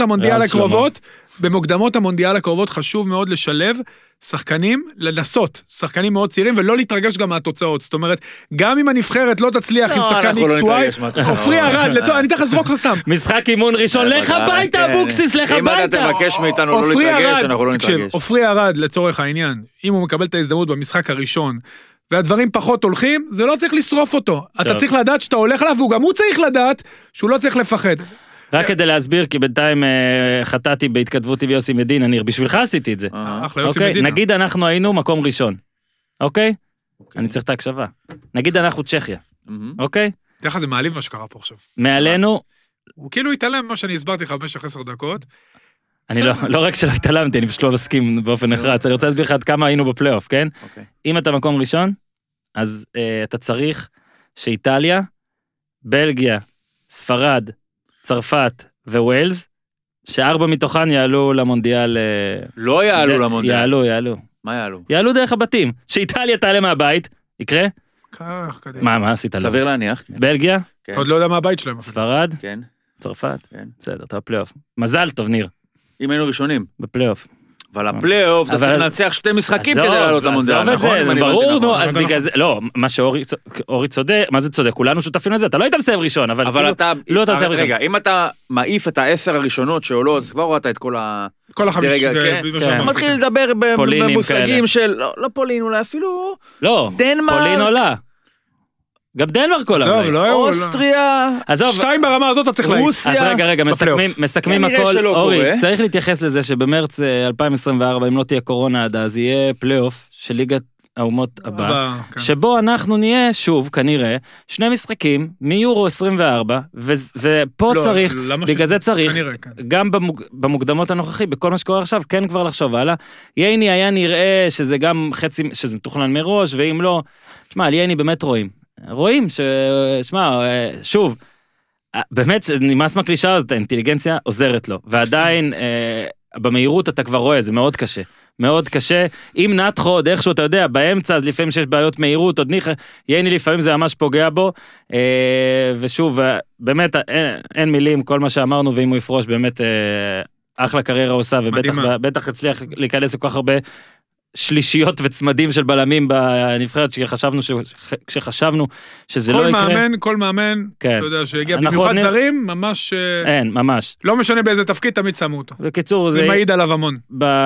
במוקדמות המונדיאל הקרובות חשוב מאוד לשלב שחקנים, לנסות, שחקנים מאוד צעירים, ולא להתרגש גם מהתוצאות. זאת אומרת, גם אם הנבחרת לא תצליח עם שחקן XY, עופרי ארד, אני אתן לך זרוק סתם. משחק אימון ראשון, לך הביתה, אבוקסיס, לך הביתה. אם אתה תבקש מאיתנו לא להתרגש, אנחנו לא נתרגש. עופרי ארד, לצורך העניין, אם הוא מקבל את ההזדמנות במשחק הראשון, והדברים פחות הולכים, זה לא צריך לשרוף אותו. אתה צריך לדעת שאתה הולך עליו, וגם הוא צריך לדעת שהוא לא צריך לפחד. רק כדי להסביר, כי בינתיים חטאתי בהתכתבות עם יוסי מדינה, ניר, בשבילך עשיתי את זה. נגיד אנחנו היינו מקום ראשון, אוקיי? אני צריך את ההקשבה. נגיד אנחנו צ'כיה, אוקיי? תראה לך, זה מעליב מה שקרה פה עכשיו. מעלינו... הוא כאילו התעלם מה שאני הסברתי לך במשך 10 דקות. אני לא רק שלא התעלמתי, אני פשוט לא מסכים באופן נחרץ. אני רוצה להסביר לך עד כמה היינו בפלייאוף, כן? אם אתה מקום ראשון, אז אתה צריך שאיטליה, בלגיה, ספרד, צרפת וווילס, 4 מתוכן יעלו למונדיאל. לא יעלו למונדיאל. יעלו. מה יעלו? יעלו דרך הבתים. שאיטליה תעלה מהבית, יקרה? כך, קדימה. מה עשית? סביר להניח. בלגיה? אתה עוד לא יודע מה הבית שלהם. ספרד? כן. צרפת? כן. בסדר, אתה בפלייאוף. מזל טוב, ניר. אם היינו ראשונים. בפלייאוף. אבל הפלייאוף, אתה צריך לנצח 2 משחקים כדי לעלות למונדיאל. עזוב את זה, ברור, נו, אז בגלל זה, לא, מה שאורי צודק, מה זה צודק? כולנו שותפים לזה, אתה לא היית מסיים ראשון, אבל אתה, לא אתה מסיים ראשון. רגע, אם אתה מעיף את 10 הראשונות שעולות, כבר הורדת את כל החמיש, מתחיל לדבר במושגים של, לא פולין, אולי אפילו דנמרק. פולין עולה. גם דנמרק עולה. אוסטריה. 2 ברמה הזאת אתה צריך להעיף. אז רגע, מסכמים הכל. אורי, צריך להתייחס לזה שבמרץ 2024, אם לא תהיה קורונה עד אז, יהיה פלייאוף של ליגת האומות הבא, שבו אנחנו נהיה שוב, כנראה, 2 משחקים מיורו 24, ופה צריך, בגלל זה צריך, גם במוקדמות הנוכחי, בכל מה שקורה עכשיו, כן כבר לחשוב הלאה. ייני היה נראה שזה גם חצי, שזה מתוכנן מראש, ואם לא, תשמע, על ייני באמת רואים ששמע, שוב, באמת נמאס מהקלישה הזאת, האינטליגנציה עוזרת לו, ועדיין במהירות אתה כבר רואה, זה מאוד קשה, מאוד קשה, אם נתחו עוד איכשהו, אתה יודע, באמצע, אז לפעמים שיש בעיות מהירות, עוד ניחה, ייני לפעמים זה ממש פוגע בו, ושוב, באמת אין מילים, כל מה שאמרנו, ואם הוא יפרוש, באמת אחלה קריירה עושה, ובטח הצליח להיכנס לכל כך הרבה, שלישיות וצמדים של בלמים בנבחרת, כשחשבנו שזה לא יקרה. כל מאמן, אתה יודע, שהגיע במיוחד זרים, ממש... אין, ממש. לא משנה באיזה תפקיד, תמיד שמו אותו. בקיצור, זה מעיד עליו המון.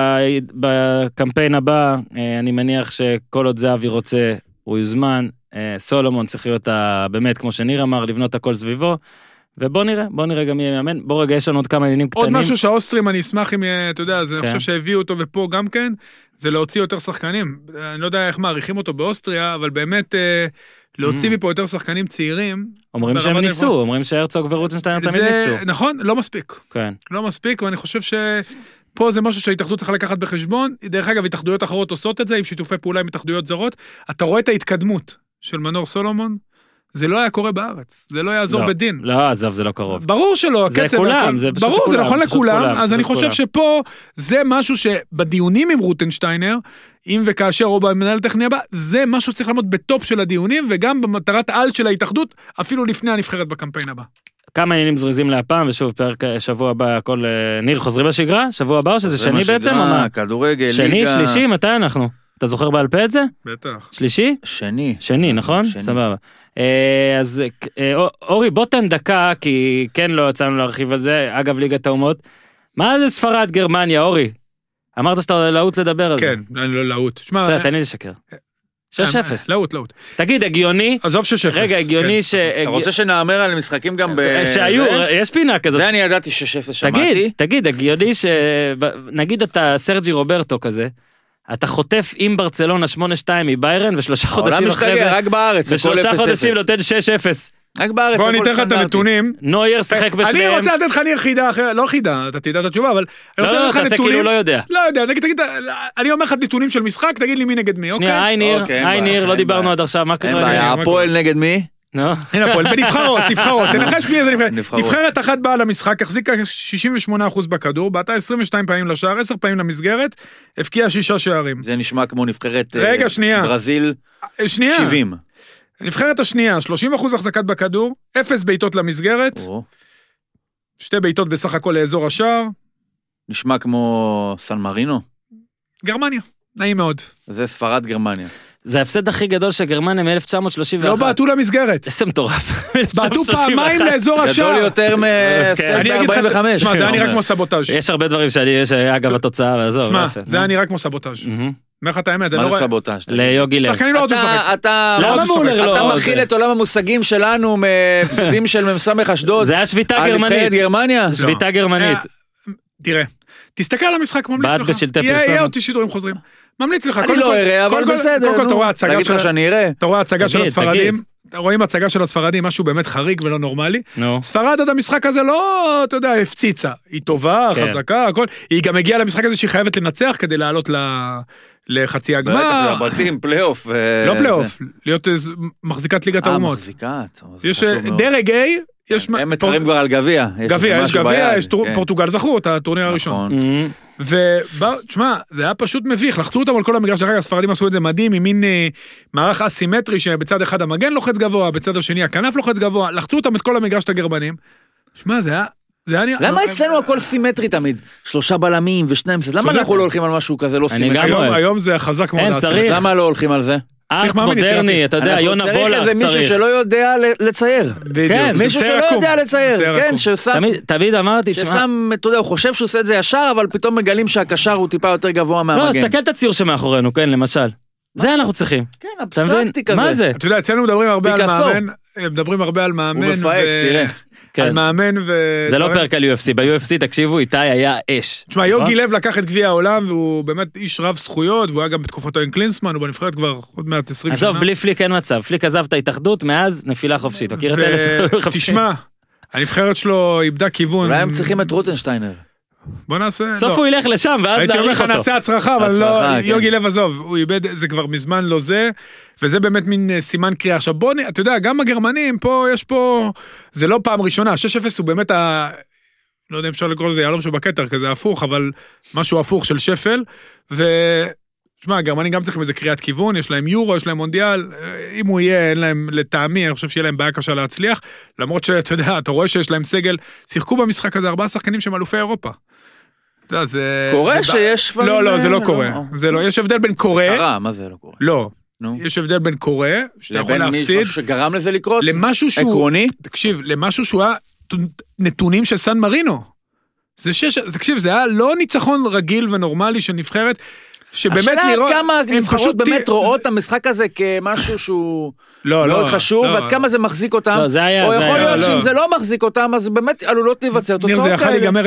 בקמפיין הבא, אני מניח שכל עוד זהבי רוצה, הוא יוזמן, סולומון צריך להיות, באמת, כמו שניר אמר, לבנות הכל סביבו, ובוא נראה גם יהיה מאמן. בוא רגע, יש לנו עוד כמה עניינים קטנים. עוד משהו שהאוסטרים, אני אשמח אם, אתה יודע, אני חושב שהביאו אותו ופה גם כן, זה להוציא יותר שחקנים. אני לא יודע איך מעריכים אותו באוסטריה, אבל באמת להוציא מפה יותר שחקנים צעירים. אומרים שהם ניסו, אומרים שהרצוג ורוטנשטיינר תמיד ניסו. נכון, לא מספיק. כן. לא מספיק, ואני חושב שפה זה משהו שההתאחדות צריכה לקחת בחשבון. דרך אגב, התאחדויות אחרות עושות את זה, עם שיתופי פעולה עם התאחדויות זרות. אתה רואה את ההתקדמות של מנור סולומון, זה לא היה קורה בארץ, זה לא יעזור בדין. לא, עזוב, זה לא קרוב. ברור שלא, זה כולם, זה פשוט ברור, זה נכון לכולם, אז אני חושב שפה זה משהו שבדיונים עם רוטנשטיינר, אם וכאשר או במנהל הטכני הבא, זה משהו שצריך לעמוד בטופ של הדיונים, וגם במטרת על של ההתאחדות, אפילו לפני הנבחרת בקמפיין הבא. כמה עניינים זריזים להפעם, ושוב פרק שבוע הבא, הכל ניר חוזרים בשגרה, שבוע הבא, שזה שני בעצם, או מה? כדורגל, ליגה. שני, שלישי, מתי אנחנו? אתה זוכר בעל פה את זה? בטח. שלישי? שני, נכון? סבבה. אז אורי, בוא תן דקה, כי כן לא יצאנו להרחיב על זה, אגב ליגת האומות. מה זה ספרד, גרמניה, אורי? אמרת שאתה להוט לדבר על זה. כן, אני לא להוט. בסדר, תן לי לשקר. 6-0. להוט. תגיד, הגיוני. עזוב 6-0. רגע, הגיוני אתה רוצה שנאמר על משחקים גם שהיו, יש פינה כזאת. זה אני ידעתי 6-0 שמעתי. תגיד, הגיוני נגיד אתה סרג'י רוברטו כזה, אתה חוטף עם ברצלונה 8-2 מביירן, ושלושה חודשים אחרי זה, רק בארץ, ושלושה חודשים נותן 6-0. רק בארץ, בוא ניתן לך את הנתונים. נויר שחק בשניהם. אני רוצה לתת לך ניר חידה אחרת, לא חידה, אתה תדע את התשובה, אבל לא, תעשה כאילו לא יודע. לא יודע, תגיד, אני אומר לך נתונים של משחק, תגיד לי מי נגד מי, אוקיי? שנייה, איי ניר, לא דיברנו עד עכשיו, מה קורה? הפועל נגד מי? נו. הנה הפועל, בנבחרות, תנחש מי איזה נבחרת. נבחרת אחת באה למשחק, החזיקה 68% בכדור, בעטה 22 פעמים לשער, 10 פעמים למסגרת, הבקיעה 6 שערים. זה נשמע כמו נבחרת רגע, שנייה. ברזיל 70. הנבחרת השנייה, 30% החזקת בכדור, 0 בעיטות למסגרת, 2 בעיטות בסך הכל לאזור השער. נשמע כמו סן מרינו. גרמניה, נעים מאוד. זה ספרד גרמניה. זה ההפסד הכי גדול של גרמניה מ-1931. לא בעטו למסגרת. איזה מטורף. בעטו פעמיים לאזור השער. גדול יותר מהפסד ב-45. שמע, זה היה נראה כמו סבוטאז'. יש הרבה דברים אגב התוצאה, ועזוב. שמע, זה היה נראה כמו סבוטאז'. אומר לך את האמת, מה זה סבוטאז'? ליוגי לב. שחקנים לא רצו לשחק. למה מולר לא? אתה מכיל את עולם המושגים שלנו מהפסדים של ממסמך אשדוד. זה היה שביתה גרמנית. גרמניה? שביתה גרמנית. תראה, תסתכל על המשחק, ממליץ בעט לך. בשלטי פרסומת. יהיה אותי שידורים חוזרים. ממליץ לך. אני לא אראה, אבל בסדר. קודם כל, אתה רואה הצגה של הספרדים. רואים הצגה של הספרדים, משהו באמת חריג ולא נורמלי. ספרד עד המשחק הזה לא, אתה יודע, הפציצה. היא טובה, חזקה, הכל. היא גם הגיעה למשחק הזה שהיא חייבת לנצח כדי לעלות לחצי הגמר. בטח, לבתים, פלייאוף. לא פלייאוף, להיות מחזיקת ליגת האומות. מחזיקת. יש דרג A, הם מתחרים כבר על גביע. יש גביע, יש פורטוגל זכו את הטורניר הראשון. ותשמע, זה היה פשוט מביך, לחצו אותם על כל המגרש, אחר כך הספרדים עשו את זה מדהים, עם מין מערך אסימטרי, שבצד אחד המגן לוחץ גבוה, בצד השני הכנף לוחץ גבוה, לחצו אותם את כל המגרש את הגרמנים. תשמע, זה היה... למה אצלנו הכל סימטרי תמיד? 3 בלמים ו2, למה אנחנו לא הולכים על משהו כזה לא סימטרי? היום זה חזק מאוד. למה לא הולכים על זה? ארט מודרני, אתה יודע, יונה וולך צריך. צריך איזה מישהו שלא יודע לצייר. כן, מישהו שלא יודע לצייר, כן, ששם... תמיד אמרתי, ששם, אתה יודע, הוא חושב שהוא עושה את זה ישר, אבל פתאום מגלים שהקשר הוא טיפה יותר גבוה מהמגן. לא, תסתכל את הציור שמאחורינו, כן, למשל. זה אנחנו צריכים. כן, אבסטרקטי כזה. מה זה? אתה יודע, אצלנו מדברים הרבה על מאמן. הוא מפהק, תראה. על מאמן ו... זה לא פרק על UFC, ב-UFC תקשיבו, איתי היה אש. תשמע, יוגי לב לקח את גביע העולם, והוא באמת איש רב זכויות, והוא היה גם בתקופתו עם קלינסמן, הוא בנבחרת כבר עוד מעט 20 שנה. עזוב, בלי פליק אין מצב, פליק עזב את ההתאחדות, מאז נפילה חופשית, מכיר את אלה שחופשית? תשמע, הנבחרת שלו איבדה כיוון. אולי הם צריכים את רוטנשטיינר. בוא נעשה... סוף הוא ילך לשם, ואז הייתי אומר לך נעשה הצרחה, אבל לא, יוגי לב עזוב, הוא איבד, זה כבר מזמן לא זה, וזה באמת מין סימן קריאה. עכשיו בוא, אתה יודע, גם הגרמנים, פה יש פה, זה לא פעם ראשונה, 6-0 הוא באמת לא יודע אם אפשר לקרוא לזה יעלום שבקטר, כזה הפוך, אבל משהו הפוך של שפל, תשמע, הגרמנים גם צריכים איזה קריאת כיוון, יש להם יורו, יש להם מונדיאל, אם הוא יהיה, אין להם לטעמי, אני חושב שיהיה להם בעיה קשה להצליח, למרות שאתה יודע, אתה רואה שיש להם סגל, שיחקו במשחק הזה 4 שחקנים שהם אלופי אירופה. אתה יודע, זה... קורה שיש... לא, זה לא קורה. זה לא, יש הבדל בין קורה... קרה, מה זה לא קורה? לא. יש הבדל בין קורה, שאתה יכול להפסיד... לבין שגרם לזה לקרות? למשהו שהוא... עקרוני? תקשיב, למשהו שהוא היה נתונים של סן מרינו. תקשיב, זה היה לא ניצחון רגיל ונורמלי של נבחרת, שבאמת לראות... השאלה עד כמה נבחרות באמת רואות את המשחק הזה כמשהו שהוא מאוד חשוב, ועד כמה זה מחזיק אותם, או יכול להיות שאם זה לא מחזיק אותם, אז באמת עלולות להיווצר תוצאות כאלה. ניר, זה יכול להיגמר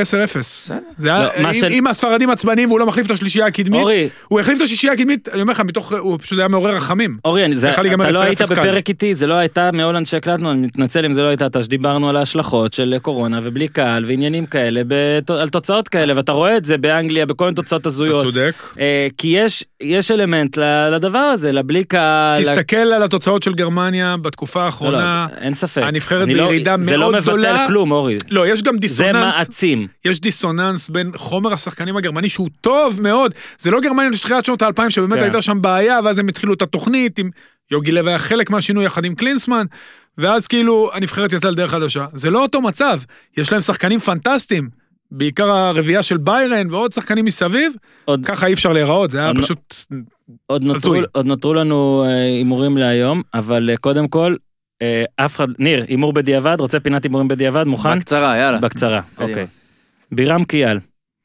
10-0. אם הספרדים עצבנים והוא לא מחליף את השלישייה הקדמית, הוא החליף את השלישייה הקדמית, אני אומר לך, הוא פשוט היה מעורר רחמים. אורי, אתה לא היית בפרק איתי, זה לא הייתה מהולנד שהקלטנו, אני מתנצל אם זה לא הייתה, שדיברנו על ההשלכות של קורונה ובלי קהל ועניינים כאלה, על תוצאות כאלה, ואתה רואה את זה באנגליה, בכל מיני תוצאות הזויות. אתה צודק. כי יש אלמנט לדבר הזה, לבלי קהל. תסתכל על התוצאות של גרמניה בתקופה האחרונה. אין ספק. הנבחרת בירידה מאוד גדולה. זה לא מבטל כלום, אורי. לא, יש גם דיסוננס. זה מעצים. יש דיסוננס בין חומר השחקנים הגרמני שהוא טוב מאוד. זה לא גרמניה לתחילת שנות ה-2000 שבאמת הייתה שם בעיה, ואז הם התחילו את התוכנית עם יוגי לב היה חלק מהשינוי יחד עם קלינסמן, ואז כאילו הנבחרת יצאה לדרך חדשה. זה לא אותו מצב. יש להם שחקנים פנטסטיים. בעיקר הרביעייה של ביירן ועוד שחקנים מסביב, ככה אי אפשר להיראות, זה היה פשוט הזוי. עוד נותרו לנו אימורים להיום, אבל קודם כל, אף אחד, ניר, אימור בדיעבד, רוצה פינת אימורים בדיעבד, מוכן? בקצרה, יאללה. בקצרה, אוקיי. בירם קיאל,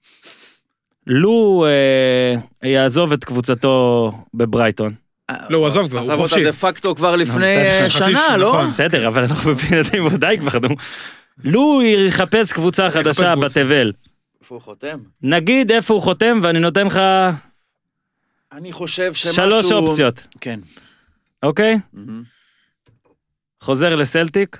לו יעזוב את קבוצתו בברייטון. לא, הוא עזוב כבר, הוא חופשי. עזב אותה דה פקטו כבר לפני שנה, לא? בסדר, אבל אנחנו בפינת אימור די כבר, לו יחפש קבוצה חדשה בתבל. איפה הוא חותם? נגיד איפה הוא חותם, ואני נותן לך... אני חושב שמשהו... 3 אופציות. כן. אוקיי? חוזר לסלטיק.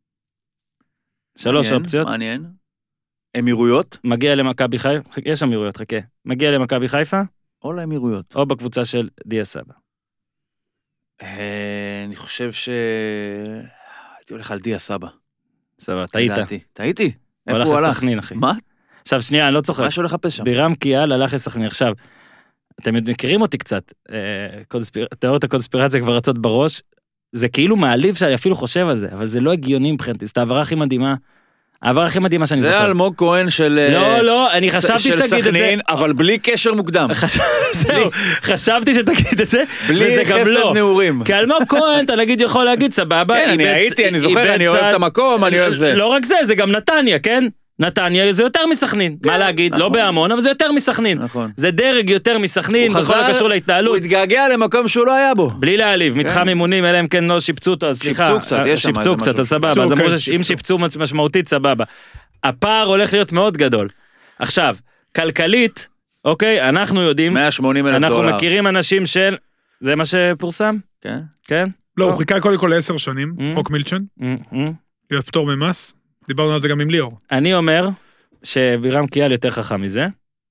3 אופציות. מעניין. אמירויות? מגיע למכבי חיפה. יש אמירויות, חכה. מגיע למכבי חיפה. או לאמירויות. או בקבוצה של דיה סבא. אני חושב ש... הייתי הולך על דיה סבא. סבא, טעיתי. איפה הוא הלך? לסכנין, אחי. מה? עכשיו, שנייה, אני לא צוחק. מה שהוא לחפש שם? בירם קיאל הלך לסכנין. עכשיו, אתם מכירים אותי קצת, תיאוריות הקונספירציה כבר רצות בראש, זה כאילו מעליב שאני אפילו חושב על זה, אבל זה לא הגיוני מבחינתי, זאת העברה הכי מדהימה, העברה הכי מדהימה שאני זוכר. זה אלמוג כהן של... לא, אני חשבתי שתגיד את זה. אבל בלי קשר מוקדם. זהו, חשבתי שתגיד את זה, בלי חסד נעורים. כי אלמוג כהן, אתה נגיד יכול להגיד, סבבה. כן, אני זוכר, אני אוהב את המקום, אני אוהב זה. לא רק זה, זה גם נתניה, כן? נתניה זה יותר מסכנין, מה להגיד, לא בהמון, אבל זה יותר מסכנין. זה דרג יותר מסכנין, בכל הקשור להתנהלות. הוא התגעגע למקום שהוא לא היה בו. בלי להעליב, מתחם אימונים, אלא אם כן לא שיפצו אותו, אז סליחה. שיפצו קצת, אז סבבה. אז אמרו שאם שיפצו משמעותית, סבבה. הפער הולך להיות מאוד גדול. עכשיו, כלכלית, אוקיי, אנחנו יודעים, 180,000 דולר. אנחנו מכירים אנשים של, זה מה שפורסם? כן. כן? לא, הוא חיכה קודם כל 10 שנים, חוק מילצ'ן, להיות פטור ממס. דיברנו על זה גם עם ליאור. אני אומר שבירם קיאל יותר חכם מזה,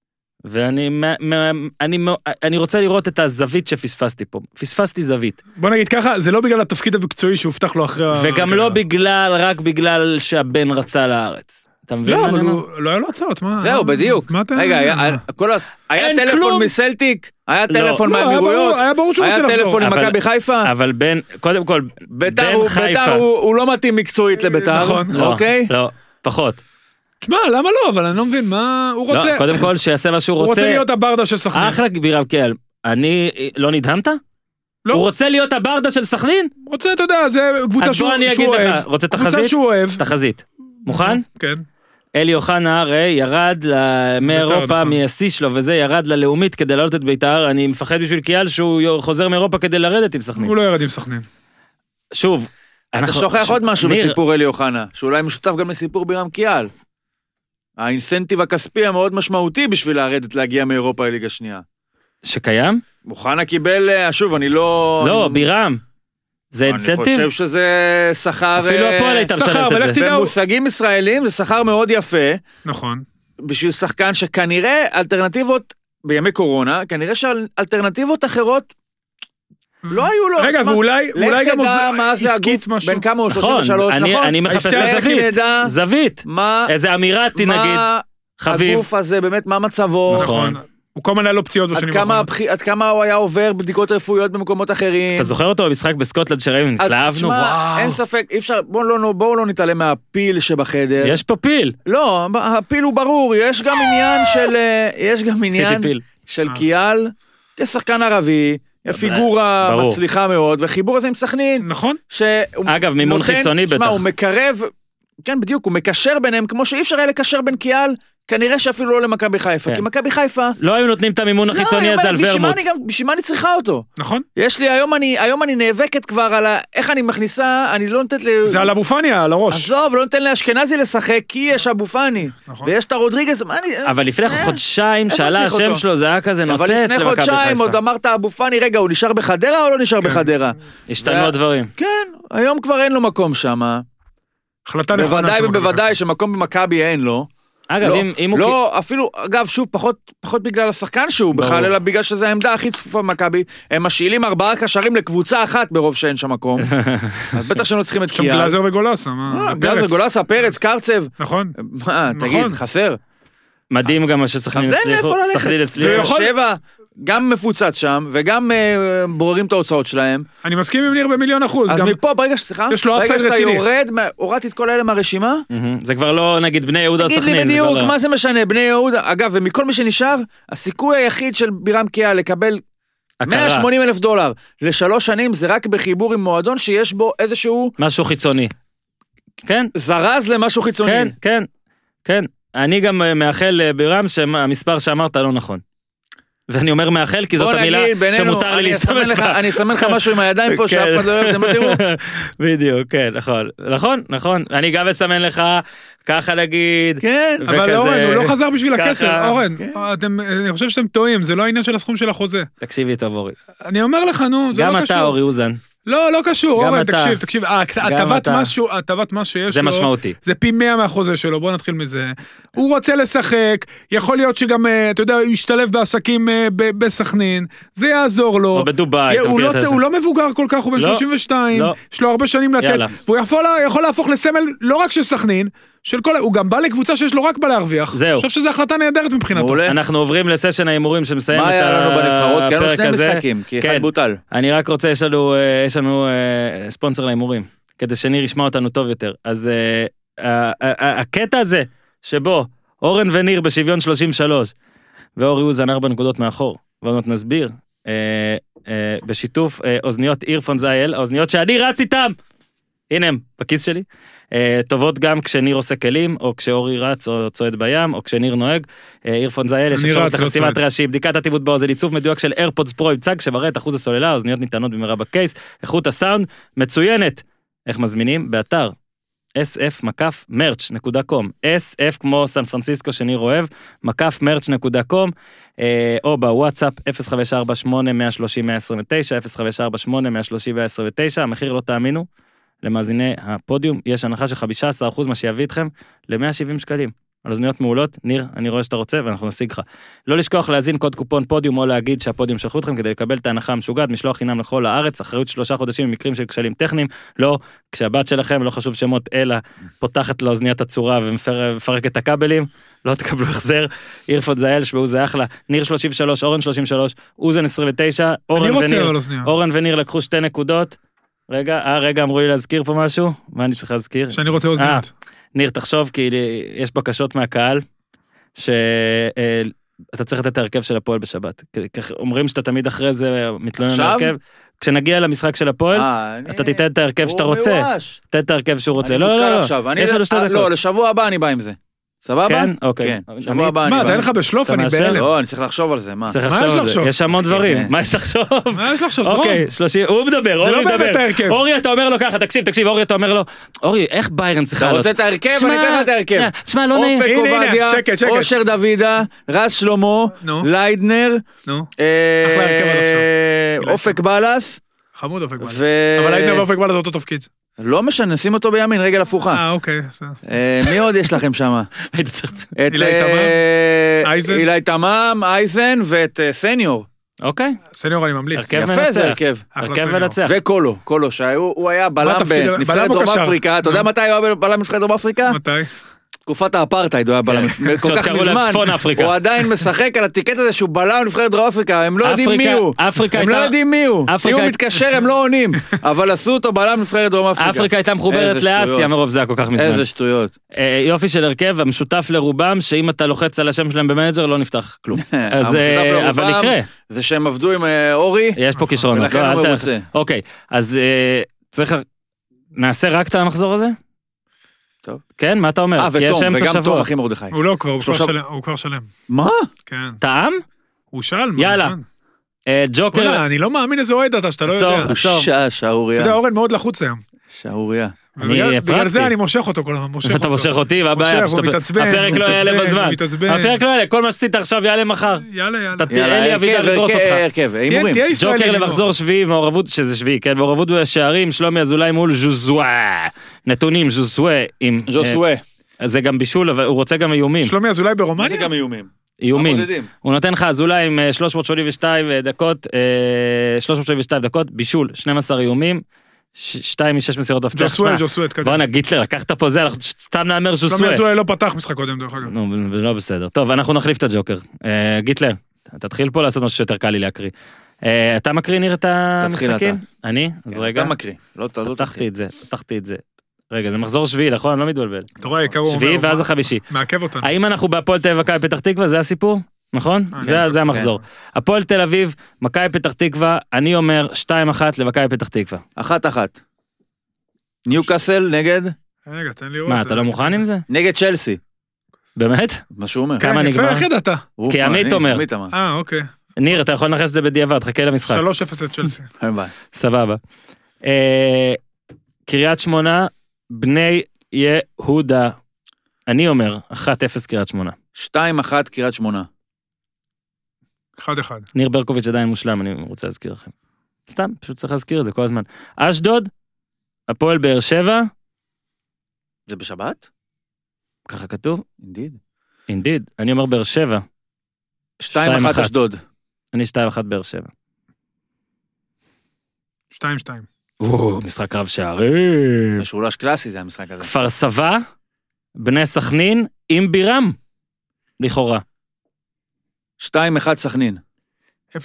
ואני רוצה לראות את הזווית שפספסתי פה. פספסתי זווית. בוא נגיד ככה, זה לא בגלל התפקיד המקצועי שהובטח לו אחרי... וגם לא בגלל, רק בגלל שהבן רצה לארץ. אתה מבין מה אני אומר? לא, אבל לא היה לו הצעות, מה? זהו, בדיוק. רגע, היה טלפון מסלטיק, היה טלפון מהאמירויות, היה טלפון ממכבי חיפה. אבל קודם כל, בן חיפה... ביתר הוא לא מתאים מקצועית לביתר, אוקיי? לא, פחות. תשמע, למה לא? אבל אני לא מבין, מה הוא רוצה? לא, קודם כל, שיעשה מה שהוא רוצה. הוא רוצה להיות הברדה של סכנין. אחלה בירם קיאל. לא נדהמת? לא. הוא רוצה להיות הברדה של סכנין? רוצה, אתה יודע, זה קבוצה שהוא אוהב. אז בוא אני אגיד לך, רוצה תחזית? קבוצה שהוא אוהב. תחזית. מוכן? כן. אלי אוחנה הרי ירד מאירופה, מהשיא שלו, וזה ירד ללאומית כדי לעלות את ביתר. אני מפחד בשביל קיאל שהוא חוזר מאירופה כדי לרדת עם סכנין. הוא לא ירד עם סכנין. שוב, אתה שוכח עוד משהו בסיפור אלי אוחנה, שאולי משותף גם לסיפור בירם קיאל. האינסנטיב הכספי המאוד משמעותי בשביל לרדת להגיע מאירופה לליגה שנייה. שקיים? אוחנה קיבל, שוב, אני לא... לא, בירם. זה אינסנטיב? אני חושב שזה שכר... אפילו הפועל הייתה משלמת את זה. במושגים ישראלים זה שכר מאוד יפה. נכון. בשביל שחקן שכנראה אלטרנטיבות, בימי קורונה, כנראה שאלטרנטיבות אחרות לא היו לו. רגע, ואולי גם עסקית משהו. בין כמה הוא 33, נכון? אני מחפש לזווית. זווית. איזה אמירתי נגיד. חביב. הגוף הזה, באמת, מה מצבו? נכון. הוא כל מיני לא פציעות בשנים האחרונות. עד כמה הוא היה עובר בדיקות רפואיות במקומות אחרים. אתה זוכר אותו במשחק בסקוטלנד שראינו, התלהבנו, וואו. אין ספק, אי אפשר, בואו לא נתעלם מהפיל שבחדר. יש פה פיל. לא, הפיל הוא ברור, יש גם עניין של קיאל, כשחקן ערבי, פיגורה מצליחה מאוד, וחיבור הזה עם סכנין. נכון. אגב, מימון חיצוני בטח. הוא מקרב, כן בדיוק, הוא מקשר ביניהם, כמו שאי אפשר היה לקשר בין קיאל, כנראה שאפילו לא למכבי חיפה, כי מכבי חיפה... לא היו נותנים את המימון החיצוני הזה על ורמוט. בשביל מה אני צריכה אותו? נכון. יש לי, היום אני נאבקת כבר על איך אני מכניסה, אני לא נותנת לי... זה על אבו פאני, על הראש. עזוב, לא נותן לאשכנזי לשחק, כי יש אבו פאני. ויש את הרודריגז, מה אני... אבל לפני חודשיים, שעלה השם שלו, זה היה כזה נוצץ למכבי חיפה. אבל לפני חודשיים עוד אמרת אבו פאני, רגע, הוא נשאר בחדרה או לא נשאר בחדרה? השתנו הדברים. כן, היום כבר אין לו מקום שם. בוודאי שמקום במכבי אין לו. אגב, אם הוא... לא, אפילו, אגב, שוב, פחות בגלל השחקן שהוא בכלל, אלא בגלל שזו העמדה הכי צפופה במכבי, הם משאילים 4 קשרים לקבוצה אחת ברוב שאין שם מקום. אז בטח שהם לא צריכים את קיאל. שם גלאזר וגולסה, גלאזר, גולסה, פרץ, קרצב. נכון. מה, תגיד, חסר. מדהים גם שסכנין הצליחו. סכנין הצליחו. 7, גם מפוצץ שם, וגם בוררים את ההוצאות שלהם. אני מסכים עם ניר ב1,000,000%. אז מפה, ברגע שאתה יורד, הורדתי את כל אלה מהרשימה. זה כבר לא, נגיד, בני יהודה או סכנין. תגיד לי בדיוק, מה זה משנה, בני יהודה. אגב, ומכל מי שנשאר, הסיכוי היחיד של בירם קיאל לקבל 180,000 דולר ל3 שנים, זה רק בחיבור עם מועדון שיש בו איזשהו... משהו חיצוני. כן? זרז למשהו חיצוני. כן. אני גם מאחל לבירם שהמספר שאמרת לא נכון. ואני אומר מאחל, כי זאת המילה שמותר לי להשתמש בה. אני אסמן לך משהו עם הידיים פה, שאף אחד לא אוהב, אתם לא תראו. בדיוק, כן, נכון. אני גם אסמן לך, ככה נגיד. כן. אבל אורן, הוא לא חזר בשביל הכסף, אורן. אני חושב שאתם טועים, זה לא העניין של הסכום של החוזה. תקשיבי טוב, אורי. אני אומר לך, נו, זה לא קשור. גם אתה, אורי אוזן. לא קשור, אורן, תקשיב, הטבת מה שיש לו, זה משמעותי. זה פי 100 מהחוזה שלו, בוא נתחיל מזה. הוא רוצה לשחק, יכול להיות שגם, אתה יודע, הוא ישתלב בעסקים בסכנין, זה יעזור לו. או בדוביי. הוא לא מבוגר כל כך, הוא בן 32, יש לו הרבה שנים לתת, והוא יכול להפוך לסמל לא רק של סכנין, הוא גם בא לקבוצה שיש לו רק בא להרוויח. זהו. אני חושב שזו החלטה נהדרת מבחינתו. אנחנו עוברים לסשן האימורים שמסיים את הפרק הזה. מה היה לנו בנבחרות? כי לנו שני משחקים, כי אחד בוטל. אני רק רוצה, יש לנו ספונסר לאימורים, כדי שניר ישמע אותנו טוב יותר. אז הקטע הזה, שבו אורן וניר בשוויון 33, ואורי אוזן 4 נקודות מאחור, ועוד נסביר, בשיתוף אוזניות אירפון זייל, האוזניות שאני רץ איתם, הנה הם, בכיס שלי, טובות גם כשניר עושה כלים, או כשאורי רץ או צועד בים, או כשניר נוהג. אירפון זייל, יש אפשרות לחסימת רעשים, בדיקת עטיבות באוזן, עיצוב מדויק של איירפודס פרו עם צג שמראה את אחוז הסוללה, האוזניות ניתנות במהרה בקייס, איכות הסאונד מצוינת. איך מזמינים? באתר sf-merch.com, sf כמו סן פרנסיסקו שניר אוהב, -merch.com, או בוואטסאפ 0548-130-129, 0548-130-129, המחיר לא תאמינו, למאזיני הפודיום, יש הנחה של 15% מה שיביא אתכם ל-170 שקלים. על אוזניות מעולות, ניר, אני רואה שאתה רוצה ואנחנו נשיג לך. לא לשכוח להזין קוד קופון פודיום או להגיד שהפודיום שלחו אתכם כדי לקבל את ההנחה המשוגעת, משלוח חינם לכל הארץ, אחריות 3 חודשים במקרים של כשלים טכניים, לא, כשהבת שלכם, לא חשוב שמות, אלא פותחת לאוזניית הצורה ומפרקת את הכבלים, לא תקבלו החזר, אירפון זייל, שבו זה אחלה, ניר 33, אורן 33, אוזן 29, אורן וניר לקחו 2 נקודות. רגע, אמרו לי להזכיר פה משהו, מה אני צריך להזכיר? שאני רוצה אוזניות. ניר, תחשוב, כי יש בקשות מהקהל, שאתה צריך לתת את ההרכב של הפועל בשבת. אומרים שאתה תמיד אחרי זה מתלונן להרכב. כשנגיע למשחק של הפועל, אתה תיתן את ההרכב שאתה רוצה. תתן את ההרכב שהוא רוצה. לא, יש לנו 2 דקות. לא, לשבוע הבא אני בא עם זה. סבבה? כן? אוקיי. שבוע הבא אני בא. מה, אתה אין לך בשלוף, אני בהלם. לא, אני צריך לחשוב על זה, מה? מה יש לחשוב? יש המון דברים. מה יש לחשוב? מה יש לחשוב? אוקיי, 30, הוא מדבר, אורי מדבר. אורי, אתה אומר לו ככה, תקשיב, אורי, אתה אומר לו, אורי, איך ביירן צריכה לעלות? אתה רוצה את ההרכב? אני אקח את ההרכב. שמע, לא נעים. אופק עובדיה, אושר דוידה, רז שלמה, ליידנר, אופק בלס. חמוד אופק בלס. אבל ליידנר ואופק בלס זה אותו תפקיד. לא משנה, שים אותו בימין, רגל הפוכה. אוקיי. מי עוד יש לכם שם? אילי תמם, אייזן ואת סניור. אוקיי. סניור אני ממליץ. יפה זה הרכב. הרכב מנצח. וקולו, שהוא היה בלם בנבחרת דרום אפריקה. אתה יודע מתי הוא היה בלם בנבחרת דרום אפריקה? מתי? תקופת האפרטהייד הוא היה בלם, כל כך מזמן, הוא עדיין משחק על הטיקט הזה שהוא בלם נבחרת דרום אפריקה, הם לא יודעים מי הוא, אם הוא מתקשר הם לא עונים, אבל עשו אותו בלם נבחרת דרום אפריקה. אפריקה הייתה מחוברת לאסיה מרוב זה כל כך מזמן. איזה שטויות. יופי של הרכב, המשותף לרובם, שאם אתה לוחץ על השם שלהם במנג'ר לא נפתח כלום. אבל יקרה. זה שהם עבדו עם אורי, יש פה כישרונות. אוקיי, אז צריך, נעשה רק את המחזור הזה? טוב. כן, מה אתה אומר? וגם תום אחי מרדכי. הוא לא כבר, הוא כבר שלם. מה? כן. טעם? הוא שאל. יאללה. ג'וקר. אני לא מאמין איזה אוהד אתה, שאתה לא יודע. שעוריה. אתה יודע, אורן מאוד לחוץ היום. שעוריה. בגלל זה אני מושך אותו כל הזמן. אתה מושך אותי, והבעיה, הפרק לא יעלה בזמן. הפרק לא יעלה, כל מה שעשית עכשיו יעלה מחר. יאללה. אלי אבידר ידרוס אותך. הרכב, הימורים. ג'וקר למחזור שביעי, מעורבות, שזה שביעי, כן, מעורבות בשערים, שלומי אזולאי מול ז'וזווה. נתונים, ז'וזווה. זה גם בישול, אבל הוא רוצה גם איומים. שלומי אזולאי ברומניה? זה גם איומים. איומים. הוא נותן לך אזולאי עם 382 דקות, בישול, 12 איומים. 2 מ-6 מסירות הפתח. ג'וסווה. בוא נגיד, לקחת פה זה, אנחנו סתם נאמר ז'וסווה. שלומי אזולאי לא פתח משחק קודם דרך אגב. נו, לא בסדר. טוב, אנחנו נחליף את הג'וקר. גיטלר, תתחיל פה לעשות משהו שיותר קל לי להקריא. אתה מקריא ניר את המשחקים? אני? אז רגע. אתה מקריא. פתחתי את זה. רגע, זה מחזור שביעי, נכון? אני לא מתבלבל. אתה רואה, שביעי ואז החמישי. מעכב אותנו. האם אנחנו בהפועל תל אביב מכבי פתח תקווה? זה הסיפור? נכון? זה המחזור. הפועל תל אביב, מכבי פתח תקווה, אני אומר 2-1 למכבי פתח תקווה. 1-1. ניוקאסל נגד? רגע, תן לי לראות. מה, אתה לא מוכן עם זה? נגד צ'לסי. באמת? מה שהוא אומר. כמה נגמר? יפה, איך ידעת? כי עמית אומר. אוקיי. ניר, אתה יכול לנחש את זה בדיעבד, חכה למשחק. 3-0 לצ'לסי. סבבה. קריית שמונה, בני יהודה. אני אומר, 1-0 קריית שמונה. 2-1 קריית שמונה. 1-1. ניר ברקוביץ' עדיין מושלם, אני רוצה להזכיר לכם. סתם, פשוט צריך להזכיר את זה כל הזמן. אשדוד, הפועל באר שבע. זה בשבת? ככה כתוב. אינדיד. אני אומר באר שבע. 2-1 אשדוד. אני 2-1 באר שבע. 2-2. משחק רב שערים. משולש קלאסי זה המשחק הזה. כפר סבא, בני סכנין, עם בירם. לכאורה. 2-1 סכנין. 0-0.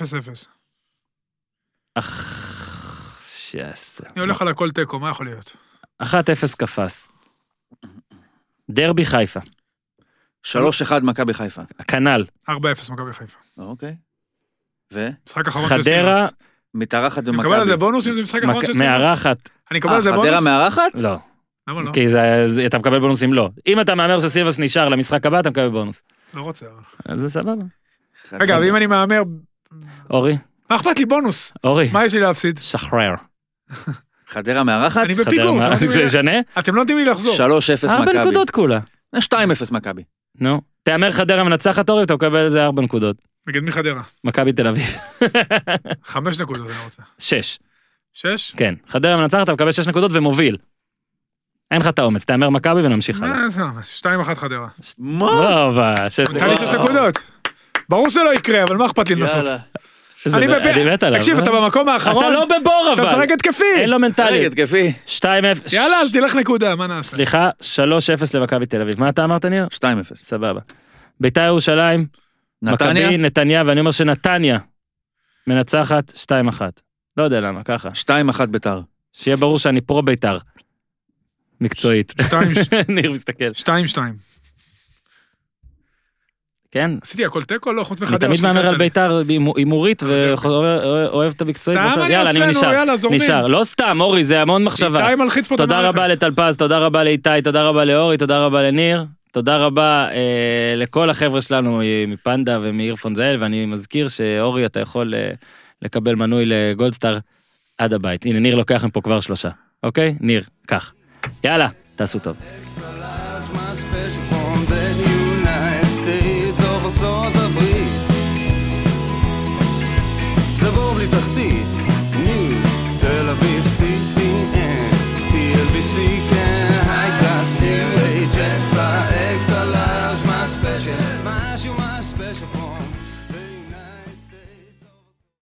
אני הולך על הכל טקו, מה יכול להיות? 1-0 קפס. דרבי חיפה. 3-1 מכבי חיפה. כנ"ל. 4-0 מכבי חיפה. אוקיי. משחק אחרון של סילבס. חדרה. מתארחת במכבי. אני מקבל על זה בונוס אם זה משחק אחרון של סילבס? מארחת. אני מקבל על זה בונוס? חדרה מארחת? לא. למה לא? כי אתה מקבל בונוס אם לא. אם אתה מאמר שסילבס נשאר למשחק הבא, אתה מקבל בונוס. לא רוצה. אז זה סבבה. רגע, ואם אני מאמר... אורי. מה אכפת לי בונוס? אורי. מה יש לי להפסיד? שחרר. חדרה מארחת? אני בפיגור. זה שנה? אתם לא נותנים לי לחזור. 3-0 מכבי. 4 נקודות כולה. 2-0 מכבי. נו. תאמר חדרה מנצחת אורי, אתה מקבל איזה 4 נקודות. נגד מי חדרה? מכבי תל אביב. 5 נקודות אני רוצה. 6. 6? כן. חדרה מנצחת, אתה מקבל 6 נקודות ומוביל. אין לך את האומץ, תאמר מכבי ונמשיך הלאה. 2-1 חדרה. מה? נתן לי 6 נקודות. ברור שלא יקרה, אבל מה אכפת לי לנסות? אני מת עליו. תקשיב, אתה במקום האחרון. אתה לא בבור אבל. אתה משחק התקפי. אין לו מנטליות. 2-0. יאללה, אז תלך נקודה, מה נעשה? סליחה, 3-0 למכבי תל אביב. מה אתה אמרת, ניר? 2-0. סבבה. בית"ר ירושלים, מכבי נתניה, ואני אומר שנתניה מנצחת 2-1. לא יודע למה, ככה. 2-1 בית"ר. שיהיה ברור שאני פרו בית"ר. מקצועית. ניר מסתכל. 2-2. כן? עשיתי הכל תיקו, לא, חוץ מחדרה. אני תמיד מאמר על בית"ר הימורית ואוהב את המקצועית. יאללה, אני נשאר. לא סתם, אורי, זה המון מחשבה. תודה רבה לטלפז, תודה רבה לאיתי, תודה רבה לאורי, תודה רבה לניר. תודה רבה לכל החבר'ה שלנו מפנדה ומאירפון זהל, ואני מזכיר שאורי אתה יכול לקבל מנוי לגולדסטאר עד הבית. הנה, ניר לוקח מפה כבר 3. אוקיי? ניר, קח. יאללה, תעשו טוב.